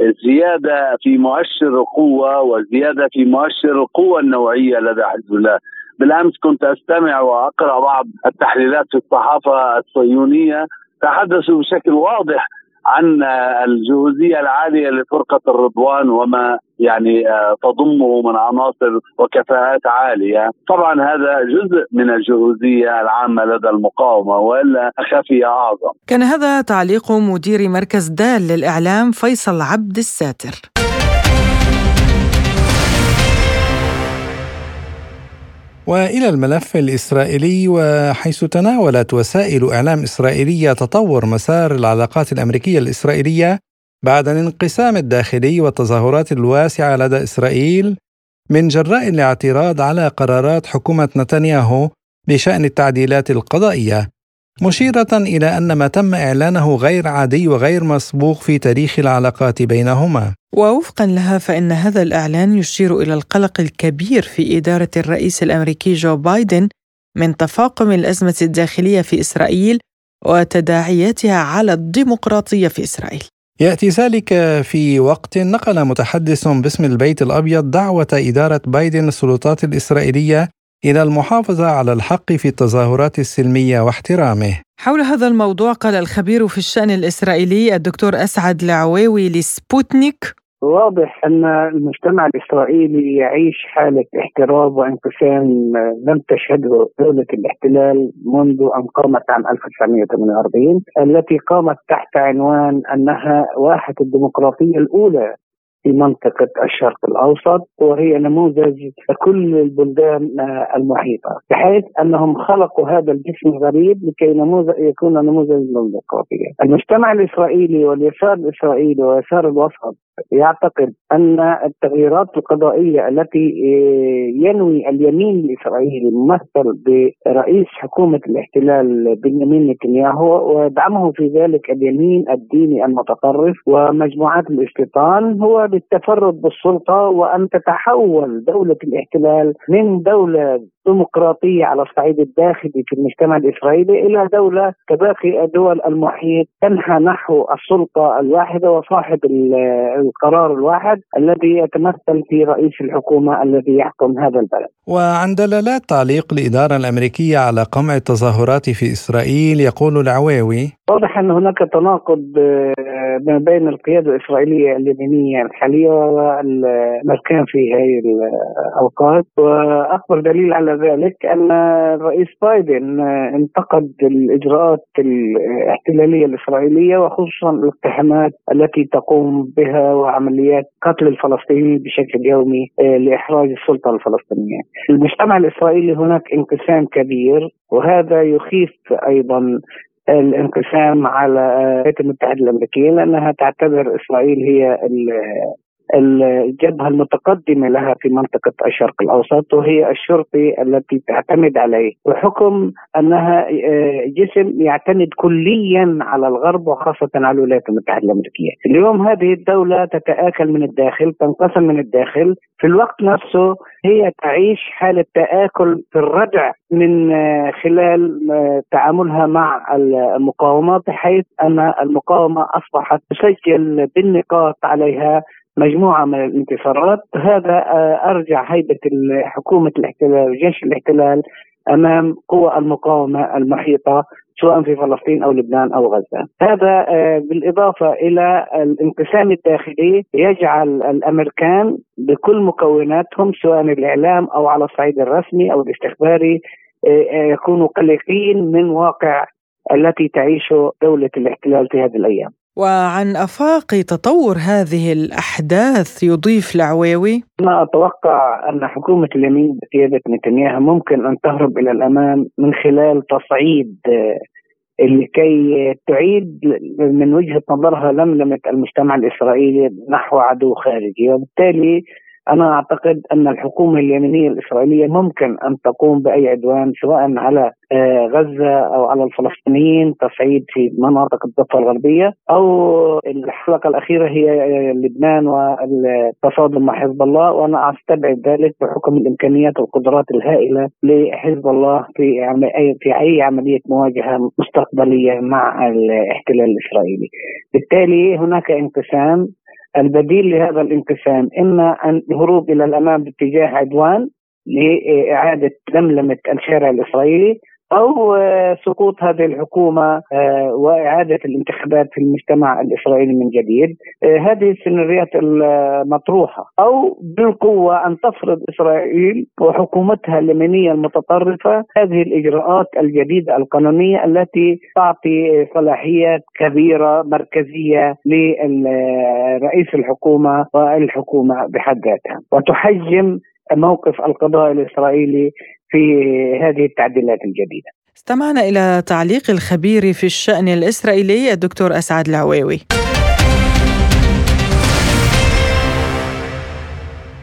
زيادة في مؤشر القوة وزيادة في مؤشر القوة النوعية لدى حزب الله. بالأمس كنت أستمع وأقرأ بعض التحليلات في الصحافة الصهيونية تحدثوا بشكل واضح عن الجهوزية العالية لفرقة الرضوان وما يعني تضمه من عناصر وكفاءات عالية. طبعا هذا جزء من الجهوزية العامة لدى المقاومة، وإلا خفية أعظم. كان هذا تعليق مدير مركز دال للإعلام فيصل عبد الساتر. وإلى الملف الإسرائيلي، وحيث تناولت وسائل إعلام إسرائيلية تطور مسار العلاقات الأمريكية الإسرائيلية بعد الانقسام الداخلي والتظاهرات الواسعة لدى إسرائيل من جراء الاعتراض على قرارات حكومة نتنياهو بشأن التعديلات القضائية. مشيرة إلى أن ما تم إعلانه غير عادي وغير مسبوق في تاريخ العلاقات بينهما. ووفقا لها فإن هذا الإعلان يشير إلى القلق الكبير في إدارة الرئيس الأمريكي جو بايدن من تفاقم الأزمة الداخلية في إسرائيل وتداعياتها على الديمقراطية في إسرائيل. يأتي ذلك في وقت نقل متحدث باسم البيت الأبيض دعوة إدارة بايدن السلطات الإسرائيلية إلى المحافظة على الحق في التظاهرات السلمية واحترامه. حول هذا الموضوع قال الخبير في الشأن الإسرائيلي الدكتور أسعد العويوي لسبوتنيك: واضح أن المجتمع الإسرائيلي يعيش حالة احتراب وانقسام لم تشهده دولة الاحتلال منذ أن قامت عام ألف وتسعمائة وثمانية وأربعين، التي قامت تحت عنوان أنها واحة الديمقراطية الأولى في منطقة الشرق الأوسط، وهي نموذج كل البلدان المحيطة، بحيث أنهم خلقوا هذا الجسم الغريب لكي نموذج يكون نموذج للديمقراطية. المجتمع الإسرائيلي واليسار الإسرائيلي ويسار الوسط يعتقد أن التغييرات القضائية التي ينوي اليمين الإسرائيلي ممثل برئيس حكومة الاحتلال بنيامين نتنياهو ودعمه في ذلك اليمين الديني المتطرف ومجموعات الاستيطان هو بالتفرد بالسلطة، وأن تتحول دولة الاحتلال من دولة ديمقراطية على الصعيد الداخلي في المجتمع الإسرائيلي إلى دولة كباقي الدول المحيط تنحى نحو السلطة الواحدة وصاحب القرار الواحد الذي يتمثل في رئيس الحكومة الذي يحكم هذا البلد. وعن دلالات تعليق الإدارة الأمريكية على قمع التظاهرات في إسرائيل يقول العويوي: واضح أن هناك تناقض ما بين القيادة الإسرائيلية اليمينية الحالية والمركان في هذه الأوقات، وأكبر دليل على ذلك أن الرئيس بايدن انتقد الإجراءات الاحتلالية الإسرائيلية وخصوصا الاقتحامات التي تقوم بها وعمليات قتل الفلسطينيين بشكل يومي لإحراج السلطة الفلسطينية. المجتمع الإسرائيلي هناك انقسام كبير، وهذا يخيف أيضا الانقسام على الولايات المتحدة الأمريكية، لأنها تعتبر إسرائيل هي الجبهة المتقدمة لها في منطقة الشرق الأوسط، وهي الشرطي التي تعتمد عليه، وحكم أنها جسم يعتمد كليا على الغرب وخاصة على الولايات المتحدة الأمريكية. اليوم هذه الدولة تتآكل من الداخل، تنقسم من الداخل، في الوقت نفسه هي تعيش حالة تآكل في الردع من خلال تعاملها مع المقاومة، بحيث أن المقاومة أصبحت تسجل بالنقاط عليها مجموعة من الانتصارات. هذا أرجع هيبة حكومة الاحتلال وجيش الاحتلال أمام قوى المقاومة المحيطة سواء في فلسطين أو لبنان أو غزة. هذا بالإضافة إلى الانقسام الداخلي يجعل الأمريكان بكل مكوناتهم سواء الإعلام أو على الصعيد الرسمي أو الاستخباري يكونوا قلقين من واقع التي تعيشه دولة الاحتلال في هذه الأيام. وعن آفاق تطور هذه الأحداث يضيف العويوي: أنا أتوقع أن حكومة اليمين بقيادة نتنياهو ممكن أن تهرب إلى الأمام من خلال تصعيد لكي تعيد من وجهة نظرها لملمة المجتمع الإسرائيلي نحو عدو خارجي، وبالتالي أنا أعتقد أن الحكومة اليمينية الإسرائيلية ممكن أن تقوم بأي عدوان سواء على غزة أو على الفلسطينيين، تصعيد في مناطق الضفة الغربية، أو الحلقة الأخيرة هي لبنان والتصادم مع حزب الله، وأنا أستبعد ذلك بحكم الإمكانيات والقدرات الهائلة لحزب الله في في أي عملية مواجهة مستقبلية مع الاحتلال الإسرائيلي. بالتالي هناك انقسام. البديل لهذا الانقسام إما أن الهروب إلى الأمام باتجاه عدوان لإعادة لملمة الشارع الإسرائيلي، أو سقوط هذه الحكومة وإعادة الانتخابات في المجتمع الإسرائيلي من جديد. هذه السيناريوهات المطروحة، أو بالقوة أن تفرض إسرائيل وحكومتها اليمينية المتطرفة هذه الإجراءات الجديدة القانونية التي تعطي صلاحيات كبيرة مركزية لرئيس الحكومة والحكومة بحد ذاتها، وتحجم موقف القضاء الإسرائيلي في هذه التعديلات الجديدة. استمعنا إلى تعليق الخبير في الشأن الإسرائيلي الدكتور أسعد العويوي.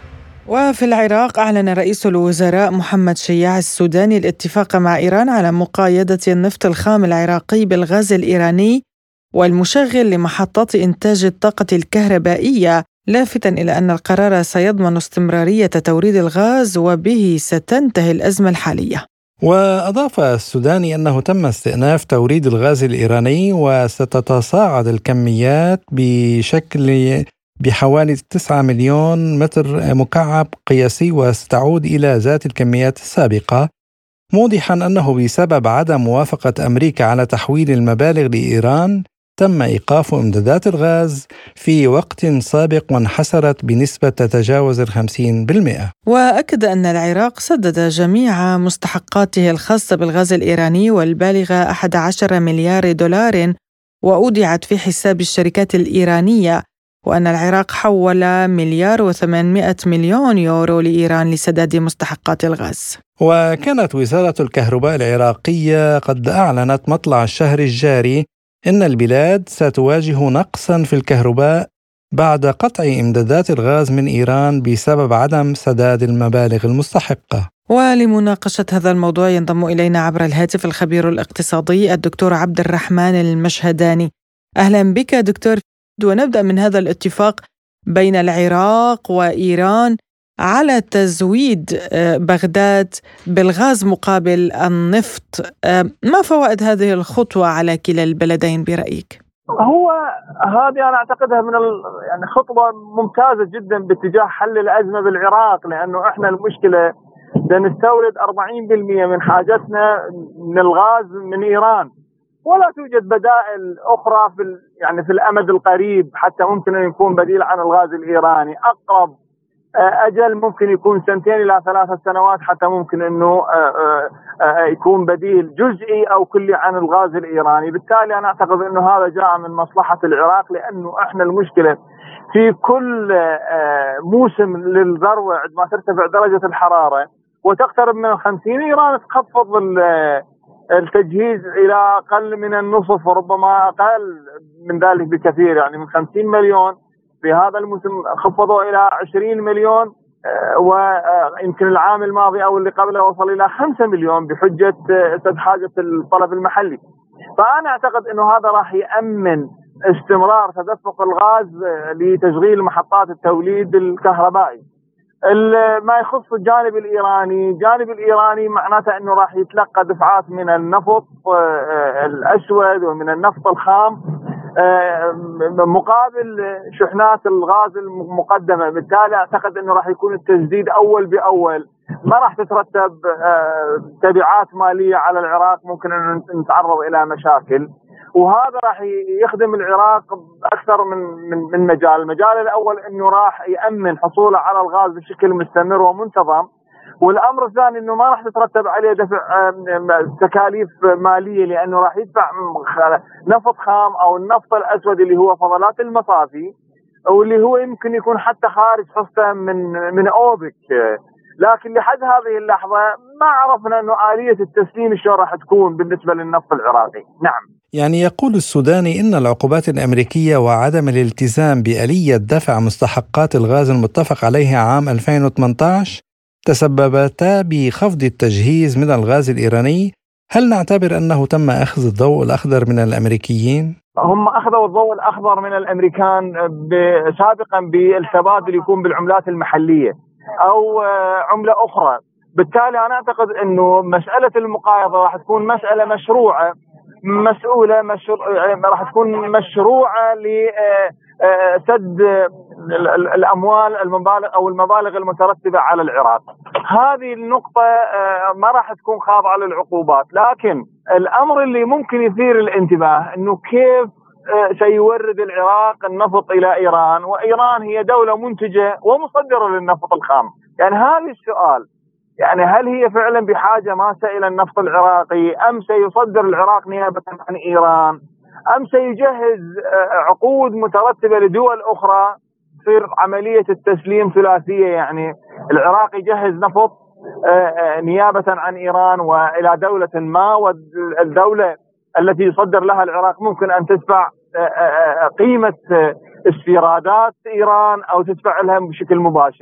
وفي العراق أعلن رئيس الوزراء محمد شياع السوداني الاتفاق مع إيران على مقايضة النفط الخام العراقي بالغاز الإيراني والمشغل لمحطات إنتاج الطاقة الكهربائية، لافتا إلى أن القرار سيضمن استمرارية توريد الغاز وبه ستنتهي الأزمة الحالية. وأضاف السوداني أنه تم استئناف توريد الغاز الإيراني وستتصاعد الكميات بشكل بحوالي تسعة مليون متر مكعب قياسي وستعود إلى ذات الكميات السابقة، موضحا أنه بسبب عدم موافقة أمريكا على تحويل المبالغ لإيران تم إيقاف إمدادات الغاز في وقت سابق وانحسرت بنسبة تتجاوز الخمسين بالمئة. وأكد أن العراق سدد جميع مستحقاته الخاصة بالغاز الإيراني والبالغة أحد عشر مليار دولار وأودعت في حساب الشركات الإيرانية، وأن العراق حول مليار وثمانمائة مليون يورو لإيران لسداد مستحقات الغاز. وكانت وزارة الكهرباء العراقية قد أعلنت مطلع الشهر الجاري إن البلاد ستواجه نقصاً في الكهرباء بعد قطع إمدادات الغاز من إيران بسبب عدم سداد المبالغ المستحقة. ولمناقشة هذا الموضوع ينضم إلينا عبر الهاتف الخبير الاقتصادي الدكتور عبد الرحمن المشهداني. أهلا بك دكتور. ونبدأ من هذا الاتفاق بين العراق وإيران على تزويد بغداد بالغاز مقابل النفط. ما فوائد هذه الخطوة على كلا البلدين برأيك؟ هو هذه أنا أعتقدها من يعني خطوة ممتازة جدا باتجاه حل الأزمة بالعراق، لأنه إحنا المشكلة نستورد أربعين بالمئة من حاجتنا من الغاز من إيران، ولا توجد بدائل أخرى في يعني في الأمد القريب حتى ممكن أن يكون بديل عن الغاز الإيراني. أقرب أجل ممكن يكون سنتين إلى ثلاثة سنوات حتى ممكن أنه يكون بديل جزئي أو كلي عن الغاز الإيراني. بالتالي أنا أعتقد أنه هذا جاء من مصلحة العراق، لأنه إحنا المشكلة في كل موسم للذروة عندما ترتفع درجة الحرارة وتقترب من الخمسين، إيران تخفض التجهيز إلى أقل من النصف وربما أقل من ذلك بكثير، يعني من خمسين مليون في هذا الموسم خفضوا إلى عشرين مليون، ويمكن العام الماضي أو اللي قبله وصل إلى خمسة مليون بحجة سد حاجة الطلب المحلي. فأنا أعتقد أنه هذا راح يأمن استمرار تدفق الغاز لتشغيل محطات التوليد الكهربائي. ما يخص الجانب الإيراني، الجانب الإيراني معناته أنه راح يتلقى دفعات من النفط الأسود ومن النفط الخام مقابل شحنات الغاز المقدمة. بالتالي أعتقد أنه راح يكون التسديد أول بأول، ما راح تترتب تبعات مالية على العراق ممكن أن نتعرض إلى مشاكل، وهذا راح يخدم العراق أكثر من من من مجال. المجال الأول أنه راح يأمن حصوله على الغاز بشكل مستمر ومنتظم، والأمر الثاني أنه ما راح تترتب عليه دفع تكاليف مالية، لأنه راح يدفع نفط خام أو النفط الأسود اللي هو فضلات المصافي، واللي هو يمكن يكون حتى خارج حصته من من أوبك. لكن لحد هذه اللحظة ما عرفنا أنه آلية التسليم شو راح تكون بالنسبة للنفط العراقي. نعم، يعني يقول السوداني إن العقوبات الأمريكية وعدم الالتزام بآلية دفع مستحقات الغاز المتفق عليها عام ألفين وثمانية عشر تسببتا بخفض التجهيز من الغاز الإيراني. هل نعتبر أنه تم أخذ الضوء الأخضر من الأمريكيين؟ هم أخذوا الضوء الأخضر من الأمريكان سابقا بالتبادل يكون بالعملات المحلية أو عملة أخرى. بالتالي أنا أعتقد أنه مسألة المقايضة راح تكون مسألة مشروعة مسؤولة مشروع راح تكون مشروعة لسد الأموال المبالغ أو المبالغ المترتبة على العراق. هذه النقطة ما راح تكون خاضعة للعقوبات، لكن الأمر اللي ممكن يثير الانتباه أنه كيف سيورد العراق النفط إلى إيران، وإيران هي دولة منتجة ومصدرة للنفط الخام. يعني هذا السؤال، يعني هل هي فعلا بحاجة ماسة إلى النفط العراقي، أم سيصدر العراق نيابة عن إيران، أم سيجهز عقود مترتبة لدول أخرى تصير عملية التسليم ثلاثية، يعني العراق يجهز نفط نيابة عن إيران وإلى دولة ما، والدولة التي يصدر لها العراق ممكن أن تدفع قيمة استيرادات إيران أو تدفع لها بشكل مباشر.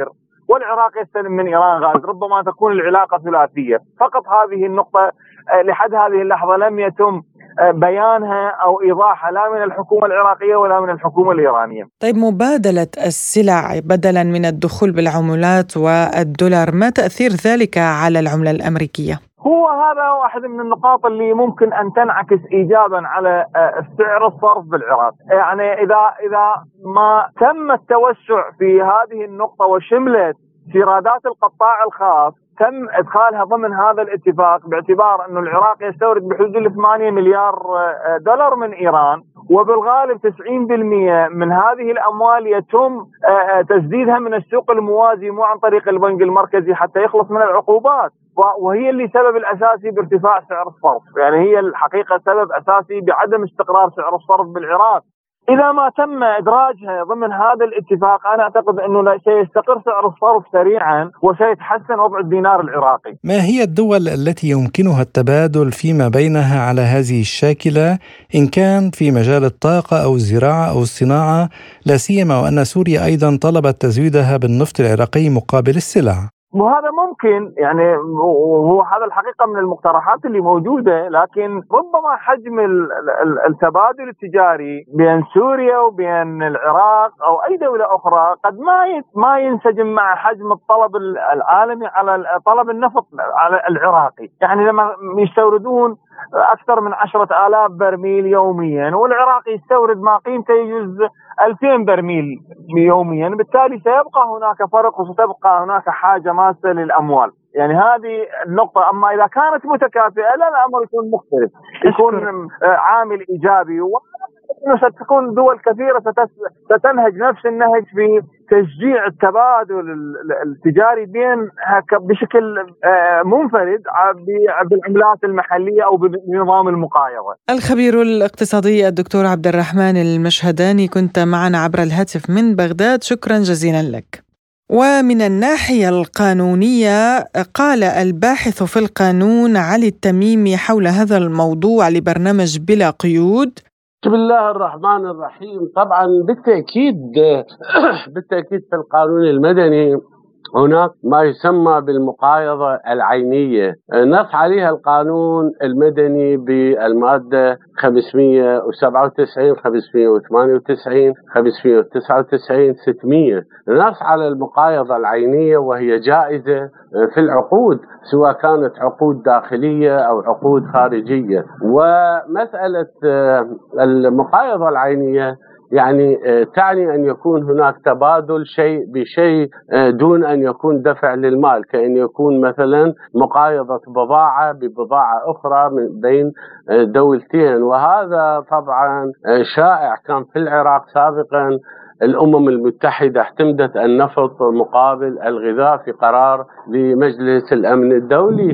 والعراق يستلم من إيران غاز، ربما تكون العلاقة ثلاثية. فقط هذه النقطة لحد هذه اللحظة لم يتم بيانها أو إيضاحها لا من الحكومة العراقية ولا من الحكومة الإيرانية. طيب، مبادلة السلع بدلا من الدخول بالعملات والدولار، ما تأثير ذلك على العملة الأمريكية؟ هو هذا واحد من النقاط اللي ممكن أن تنعكس إيجابا على سعر الصرف بالعراق. يعني إذا إذا ما تم التوسع في هذه النقطة وشملت ايرادات القطاع الخاص، تم ادخالها ضمن هذا الاتفاق، باعتبار انه العراق يستورد بحدود ثمانية مليار دولار من ايران، وبالغالب تسعين بالمئة من هذه الاموال يتم تسديدها من السوق الموازي مو عن طريق البنك المركزي حتى يخلص من العقوبات، وهي اللي سبب الاساسي بارتفاع سعر الصرف. يعني هي الحقيقه سبب اساسي بعدم استقرار سعر الصرف بالعراق. إذا ما تم إدراجها ضمن هذا الاتفاق، أنا أعتقد أنه سيستقر سعر الصرف سريعا وسيتحسن وضع الدينار العراقي. ما هي الدول التي يمكنها التبادل فيما بينها على هذه الشاكلة، إن كان في مجال الطاقة أو الزراعة أو الصناعة، لا سيما وأن سوريا أيضا طلبت تزويدها بالنفط العراقي مقابل السلع؟ وهذا ممكن، يعني وهو هذا الحقيقة من المقترحات اللي موجودة، لكن ربما حجم التبادل التجاري بين سوريا وبين العراق أو أي دولة أخرى قد ما ما ينسجم مع حجم الطلب العالمي على طلب النفط على العراقي. يعني لما يستوردون أكثر من عشرة آلاف برميل يوميا، والعراق يستورد ما قيمته يجوز ألفين برميل يوميا، بالتالي سيبقى هناك فرق وستبقى هناك حاجة ماسة للأموال. يعني هذه النقطة. أما إذا كانت متكافئة لا، الأمر يكون مختلف، يكون عامل إيجابي، ستكون دول كثيرة ستنهج نفس النهج في تشجيع التبادل التجاري بينها بشكل منفرد بالعملات المحلية أو بنظام المقايضة. الخبير الاقتصادي الدكتور عبد الرحمن المشهداني، كنت معنا عبر الهاتف من بغداد، شكرا جزيلا لك. ومن الناحية القانونية، قال الباحث في القانون علي التميمي حول هذا الموضوع لبرنامج بلا قيود: بسم الله الرحمن الرحيم. طبعا بالتأكيد بالتأكيد في القانون المدني هناك ما يسمى بالمقايضة العينية، نص عليها القانون المدني بالمادة خمسمئة وسبعة وتسعين، خمسمئة وثمانية وتسعين، خمسمئة وتسعة وتسعين، ستمئة، نص على المقايضة العينية، وهي جائزة في العقود سواء كانت عقود داخلية أو عقود خارجية. ومسألة المقايضة العينية يعني تعني أن يكون هناك تبادل شيء بشيء دون أن يكون دفع للمال، كأن يكون مثلا مقايضة بضاعة ببضاعة أخرى من بين دولتين. وهذا طبعا شائع كان في العراق سابقا. الأمم المتحدة اعتمدت النفط مقابل الغذاء في قرار لمجلس الأمن الدولي،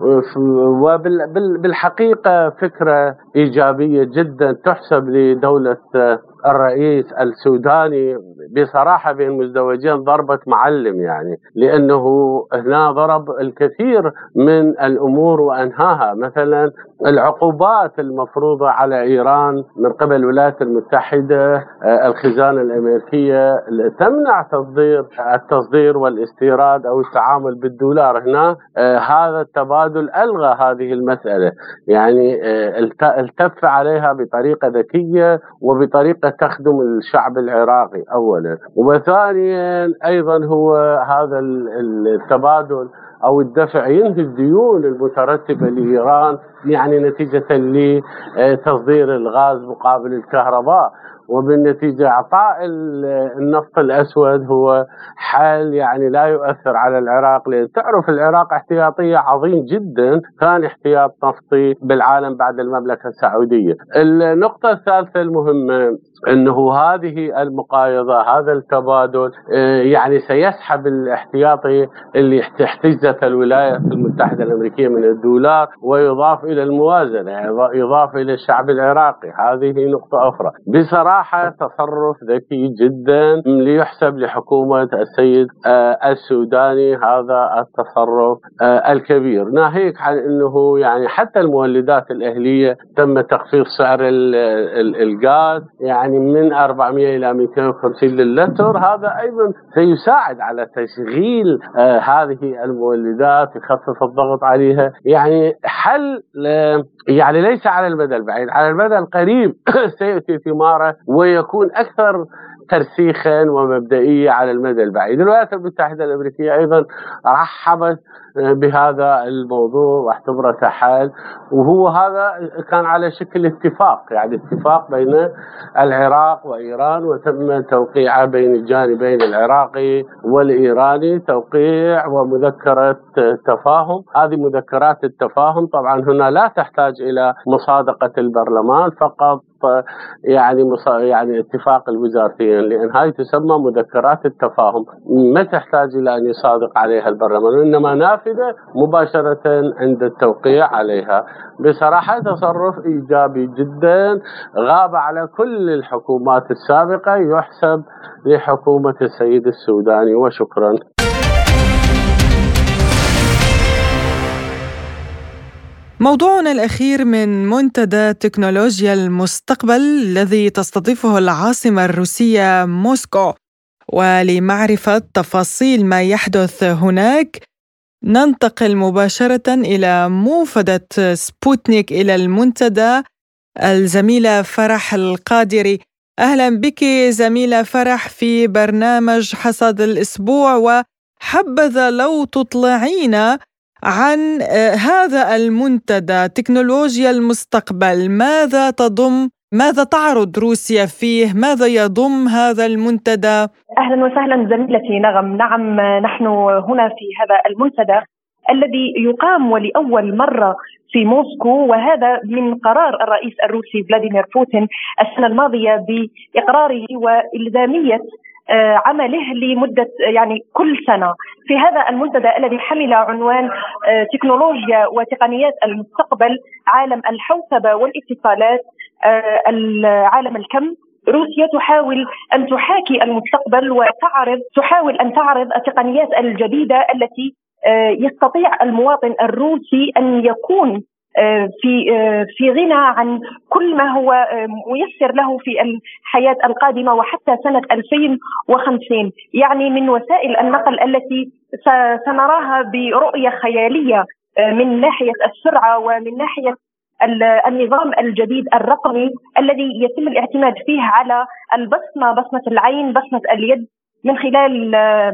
وبالحقيقة فكرة إيجابية جدا تحسب لدولة الرئيس السوداني. بصراحة بين مزدوجين ضربة معلم، يعني لأنه هنا ضرب الكثير من الأمور وأنهاها. مثلا العقوبات المفروضة على إيران من قبل الولايات المتحدة، الخزانة الأمريكية تمنع تصدير التصدير والاستيراد أو التعامل بالدولار. هنا هذا التبادل ألغى هذه المسألة، يعني التف عليها بطريقة ذكية وبطريقة تخدم الشعب العراقي أولا. وثانيا أيضا هو هذا التبادل أو الدفع ينهي الديون المترتبة لإيران، يعني نتيجة لتصدير الغاز مقابل الكهرباء. وبالنتيجة إعطاء النفط الأسود هو حل يعني لا يؤثر على العراق، لأن تعرف العراق احتياطية عظيم جدا، ثاني احتياط نفطي بالعالم بعد المملكة السعودية. النقطة الثالثة المهمة أنه هذه المقايضة، هذا التبادل يعني سيسحب الاحتياطي اللي احتجزت الولايات المتحدة الأمريكية من الدولار ويضاف إلى الموازنة، يضاف إلى الشعب العراقي. هذه نقطة أخرى. بصراحة بصراحة تصرف ذكي جدا ليحسب لحكومة السيد السوداني هذا التصرف الكبير، ناهيك عن أنه يعني حتى المولدات الأهلية تم تخفيض سعر الغاز يعني من أربعمئة إلى مئتين وخمسين للتر، هذا أيضا سيساعد على تشغيل هذه المولدات، يخفف الضغط عليها. يعني حل يعني ليس على المدى البعيد، على المدى القريب سيأتي ثماره ويكون أكثر ترسيخا ومبدئية على المدى البعيد. الولايات المتحدة الأمريكية أيضا رحبت بهذا الموضوع واعتبره كحل، وهو هذا كان على شكل اتفاق، يعني اتفاق بين العراق وإيران، وتم توقيعه بين الجانبين العراقي والإيراني، توقيع ومذكرة تفاهم. هذه مذكرات التفاهم طبعا هنا لا تحتاج إلى مصادقة البرلمان، فقط يعني يعني اتفاق الوزارتين، لأن هذه تسمى مذكرات التفاهم، ما تحتاج إلى أن يصادق عليها البرلمان، إنما نافذة مباشرة عند التوقيع عليها. بصراحة تصرف إيجابي جدا غاب على كل الحكومات السابقة، يحسب لحكومة السيد السوداني. وشكرا. موضوعنا الأخير من منتدى تكنولوجيا المستقبل الذي تستضيفه العاصمة الروسية موسكو، ولمعرفة تفاصيل ما يحدث هناك ننتقل مباشرة إلى موفدة سبوتنيك إلى المنتدى الزميلة فرح القادري. أهلا بك زميلة فرح في برنامج حصاد الأسبوع، وحبذا لو تطلعينا عن هذا المنتدى تكنولوجيا المستقبل. ماذا تضم ماذا تعرض روسيا فيه؟ ماذا يضم هذا المنتدى؟ أهلا وسهلا زميلتي نغم. نعم، نحن هنا في هذا المنتدى الذي يقام ولأول مرة في موسكو، وهذا من قرار الرئيس الروسي فلاديمير بوتين السنة الماضية بإقراره وإلزامية عمله لمدة يعني كل سنة في هذا المنتدى الذي حمل عنوان تكنولوجيا وتقنيات المستقبل، عالم الحوسبة والاتصالات، عالم الكم. روسيا تحاول أن تحاكي المستقبل وتعرض تحاول أن تعرض التقنيات الجديدة التي يستطيع المواطن الروسي أن يكون في في غنى عن كل ما هو ميسر له في الحياة القادمة وحتى سنة ألفين وخمسين، يعني من وسائل النقل التي سنراها برؤية خيالية من ناحية السرعة ومن ناحية النظام الجديد الرقمي الذي يتم الاعتماد فيه على البصمة، بصمة العين، بصمة اليد، من خلال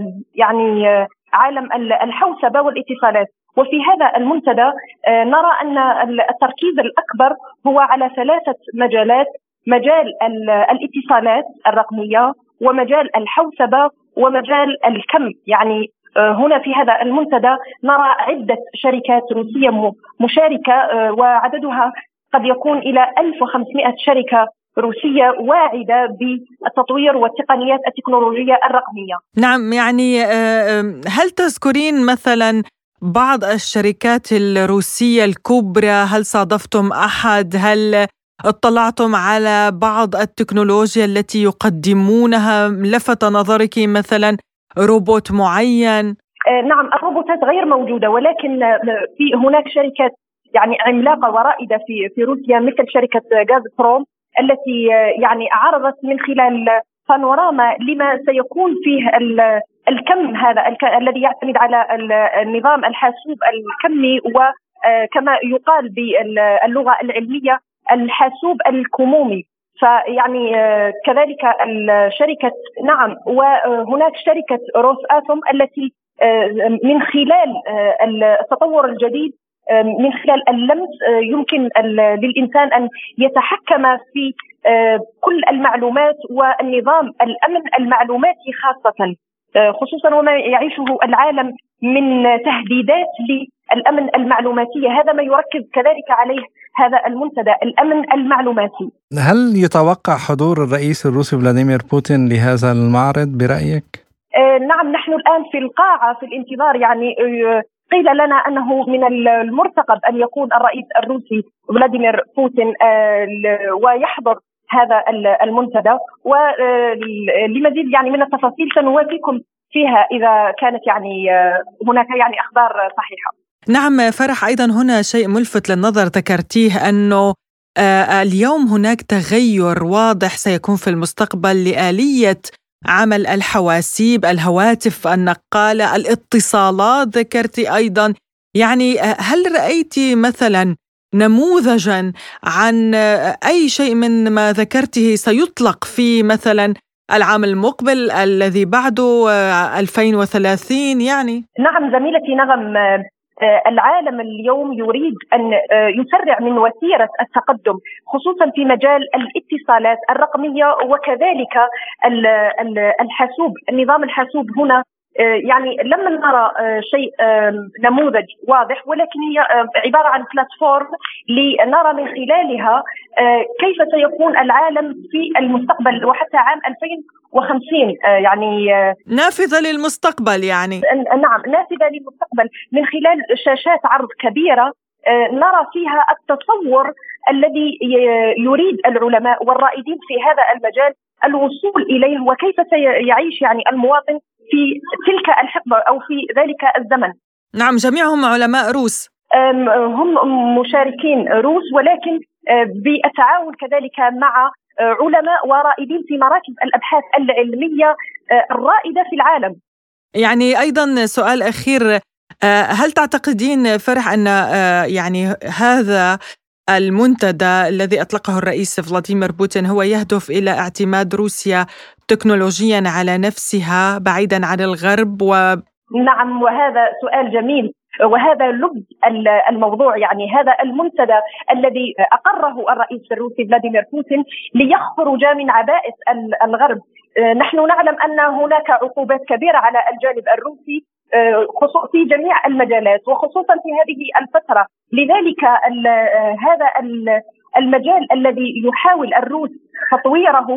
يعني عالم الحوسبة والاتصالات. وفي هذا المنتدى نرى أن التركيز الأكبر هو على ثلاثة مجالات: مجال الاتصالات الرقمية، ومجال الحوسبة، ومجال الكم. يعني هنا في هذا المنتدى نرى عدة شركات روسية مشاركة، وعددها قد يكون إلى ألف وخمسمئة شركة روسية واعدة بالتطوير والتقنيات التكنولوجية الرقمية. نعم، يعني هل تذكرين مثلا بعض الشركات الروسية الكبرى؟ هل صادفتم أحد؟ هل اطلعتم على بعض التكنولوجيا التي يقدمونها؟ لفت نظرك مثلا روبوت معين؟ نعم، الروبوتات غير موجودة، ولكن في هناك شركات يعني عملاقة ورائدة في في روسيا، مثل شركة غازبروم التي يعني عرضت من خلال بانوراما لما سيكون فيه الكم هذا الذي يعتمد على النظام الحاسوب الكمي، وكما يقال باللغة العلمية الحاسوب الكمومي. فيعني كذلك الشركة نعم، وهناك شركة روس آتوم التي من خلال التطور الجديد من خلال اللمس يمكن للإنسان أن يتحكم في كل المعلومات والنظام الأمن المعلوماتي خاصة، خصوصا وما يعيشه العالم من تهديدات للأمن المعلوماتي. هذا ما يركز كذلك عليه هذا المنتدى، الأمن المعلوماتي. هل يتوقع حضور الرئيس الروسي فلاديمير بوتين لهذا المعرض برأيك؟ آه نعم، نحن الآن في القاعة في الانتظار. يعني آه قيل لنا أنه من المرتقب أن يكون الرئيس الروسي فلاديمير بوتين آه ويحضر هذا المنتدى. ولمزيد يعني من التفاصيل سنوافيكم فيها إذا كانت يعني هناك يعني أخبار صحيحة. نعم فرح، أيضا هنا شيء ملفت للنظر ذكرتيه، أنه اليوم هناك تغير واضح سيكون في المستقبل لآلية عمل الحواسيب، الهواتف النقالة، الاتصالات ذكرتي أيضا. يعني هل رأيتي مثلا نموذجا عن أي شيء من ما ذكرته سيطلق في مثلا العام المقبل الذي بعده ألفين وثلاثين؟ يعني نعم زميلتي نغم، العالم اليوم يريد أن يسرع من وتيرة التقدم خصوصا في مجال الاتصالات الرقمية وكذلك الحاسوب، النظام الحاسوب. هنا يعني لم نرى شيء نموذج واضح، ولكن هي عبارة عن بلاتفورم لنرى من خلالها كيف سيكون العالم في المستقبل وحتى عام ألفين وخمسين. يعني نافذة للمستقبل، يعني نعم نافذة للمستقبل من خلال شاشات عرض كبيرة نرى فيها التصور الذي يريد العلماء والرائدين في هذا المجال الوصول إليه، وكيف سيعيش يعني المواطن في تلك الحقبة أو في ذلك الزمن. نعم جميعهم علماء روس، هم مشاركين روس، ولكن بالتعاون كذلك مع علماء ورائدين في مراكز الأبحاث العلمية الرائدة في العالم. يعني أيضا سؤال أخير، هل تعتقدين فرح أن يعني هذا المنتدى الذي أطلقه الرئيس فلاديمير بوتين هو يهدف إلى اعتماد روسيا تكنولوجيا على نفسها بعيدا عن الغرب؟ و... نعم، وهذا سؤال جميل، وهذا لب الموضوع. يعني هذا المنتدى الذي أقره الرئيس الروسي فلاديمير بوتين ليخرج من عباءة الغرب. نحن نعلم أن هناك عقوبات كبيرة على الجانب الروسي في جميع المجالات وخصوصا في هذه الفترة. لذلك هذا المجال الذي يحاول الروس تطويره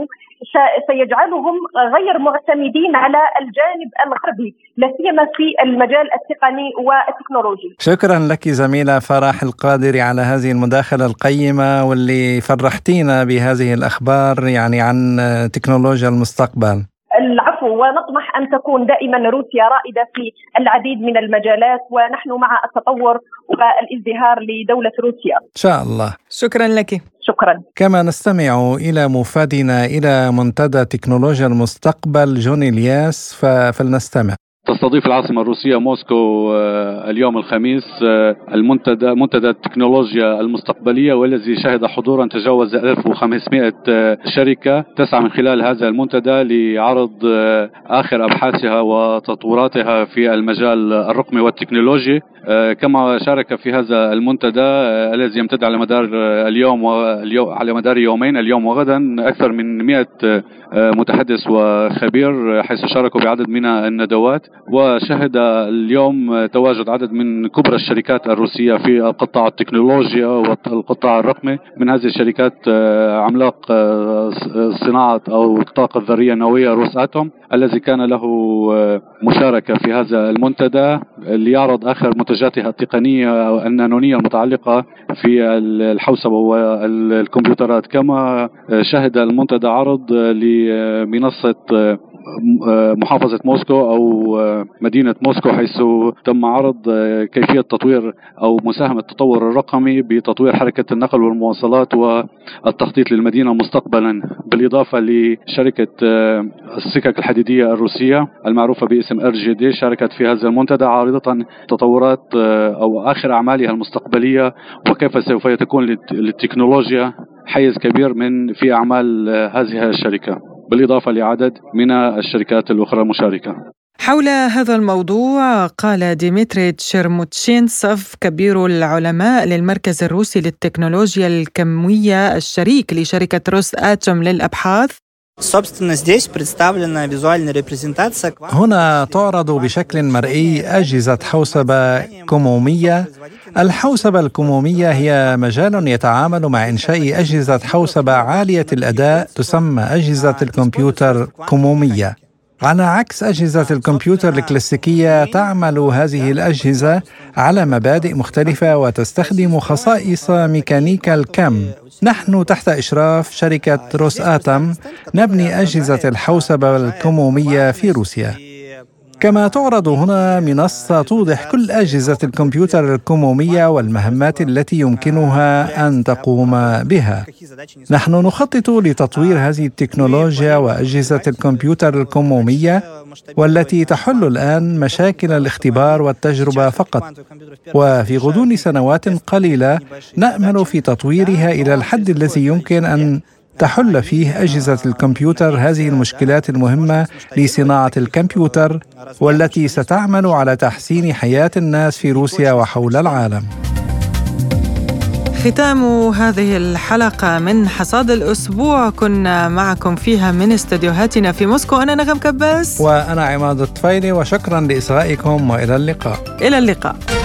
سيجعلهم غير معتمدين على الجانب الغربي، لا سيما في المجال التقني والتكنولوجي. شكرا لك زميلة فرح القادري على هذه المداخلة القيمة، واللي فرحتينا بهذه الأخبار يعني عن تكنولوجيا المستقبل. العفو، ونطمح أن تكون دائما روسيا رائدة في العديد من المجالات، ونحن مع التطور والازدهار لدولة روسيا إن شاء الله. شكرا لك. شكرا. كما نستمع إلى مفادنا إلى منتدى تكنولوجيا المستقبل جوني الياس، فلنستمع. تستضيف العاصمة الروسية موسكو اليوم الخميس المنتدى منتدى التكنولوجيا المستقبلية، والذي شهد حضورا تجاوز ألف وخمسمائة شركة تسعى من خلال هذا المنتدى لعرض آخر أبحاثها وتطوراتها في المجال الرقمي والتكنولوجي. كما شارك في هذا المنتدى الذي يمتد على مدار اليوم واليوم على مدار يومين اليوم وغدا أكثر من مئة متحدث وخبير، حيث شاركوا بعدد من الندوات. وشهد اليوم تواجد عدد من كبرى الشركات الروسية في قطاع التكنولوجيا والقطاع الرقمي. من هذه الشركات عملاق صناعة أو الطاقة الذرية النووية روس آتوم، الذي كان له مشاركة في هذا المنتدى ليعرض آخر منتجاتها التقنية النانونية المتعلقة في الحوسبة والكمبيوترات. كما شهد المنتدى عرض لمنصة محافظة موسكو أو مدينة موسكو، حيث تم عرض كيفية تطوير أو مساهمة التطور الرقمي بتطوير حركة النقل والمواصلات والتخطيط للمدينة مستقبلا، بالإضافة لشركة السكك الحديدية الروسية المعروفة باسم ار جي دي، شاركت في هذا المنتدى عارضة تطورات أو آخر أعمالها المستقبلية وكيف سوف تكون للتكنولوجيا حيز كبير من في أعمال هذه الشركة، بالإضافة لعدد من الشركات الأخرى المشاركة. حول هذا الموضوع قال ديمتري تشيرموتشينسوف كبير العلماء للمركز الروسي للتكنولوجيا الكمية الشريك لشركة روس آتوم للأبحاث: هنا تعرض بشكل مرئي أجهزة حوسبة كمومية. الحوسبة الكمومية هي مجال يتعامل مع إنشاء أجهزة حوسبة عالية الأداء تسمى أجهزة الكمبيوتر كمومية. على عكس أجهزة الكمبيوتر الكلاسيكية، تعمل هذه الأجهزة على مبادئ مختلفة وتستخدم خصائص ميكانيكا الكم. نحن تحت إشراف شركة روساتم نبني أجهزة الحوسبة الكمومية في روسيا. كما تعرض هنا منصة توضح كل أجهزة الكمبيوتر الكمومية والمهمات التي يمكنها أن تقوم بها. نحن نخطط لتطوير هذه التكنولوجيا وأجهزة الكمبيوتر الكمومية، والتي تحل الآن مشاكل الاختبار والتجربة فقط، وفي غضون سنوات قليلة نأمل في تطويرها إلى الحد الذي يمكن أن تحل فيه أجهزة الكمبيوتر هذه المشكلات المهمة لصناعة الكمبيوتر، والتي ستعمل على تحسين حياة الناس في روسيا وحول العالم. ختام هذه الحلقة من حصاد الأسبوع، كنا معكم فيها من استديوهاتنا في موسكو. أنا نغم كباس وأنا عماد الطفيلي، وشكرا لإصغائكم وإلى اللقاء. إلى اللقاء.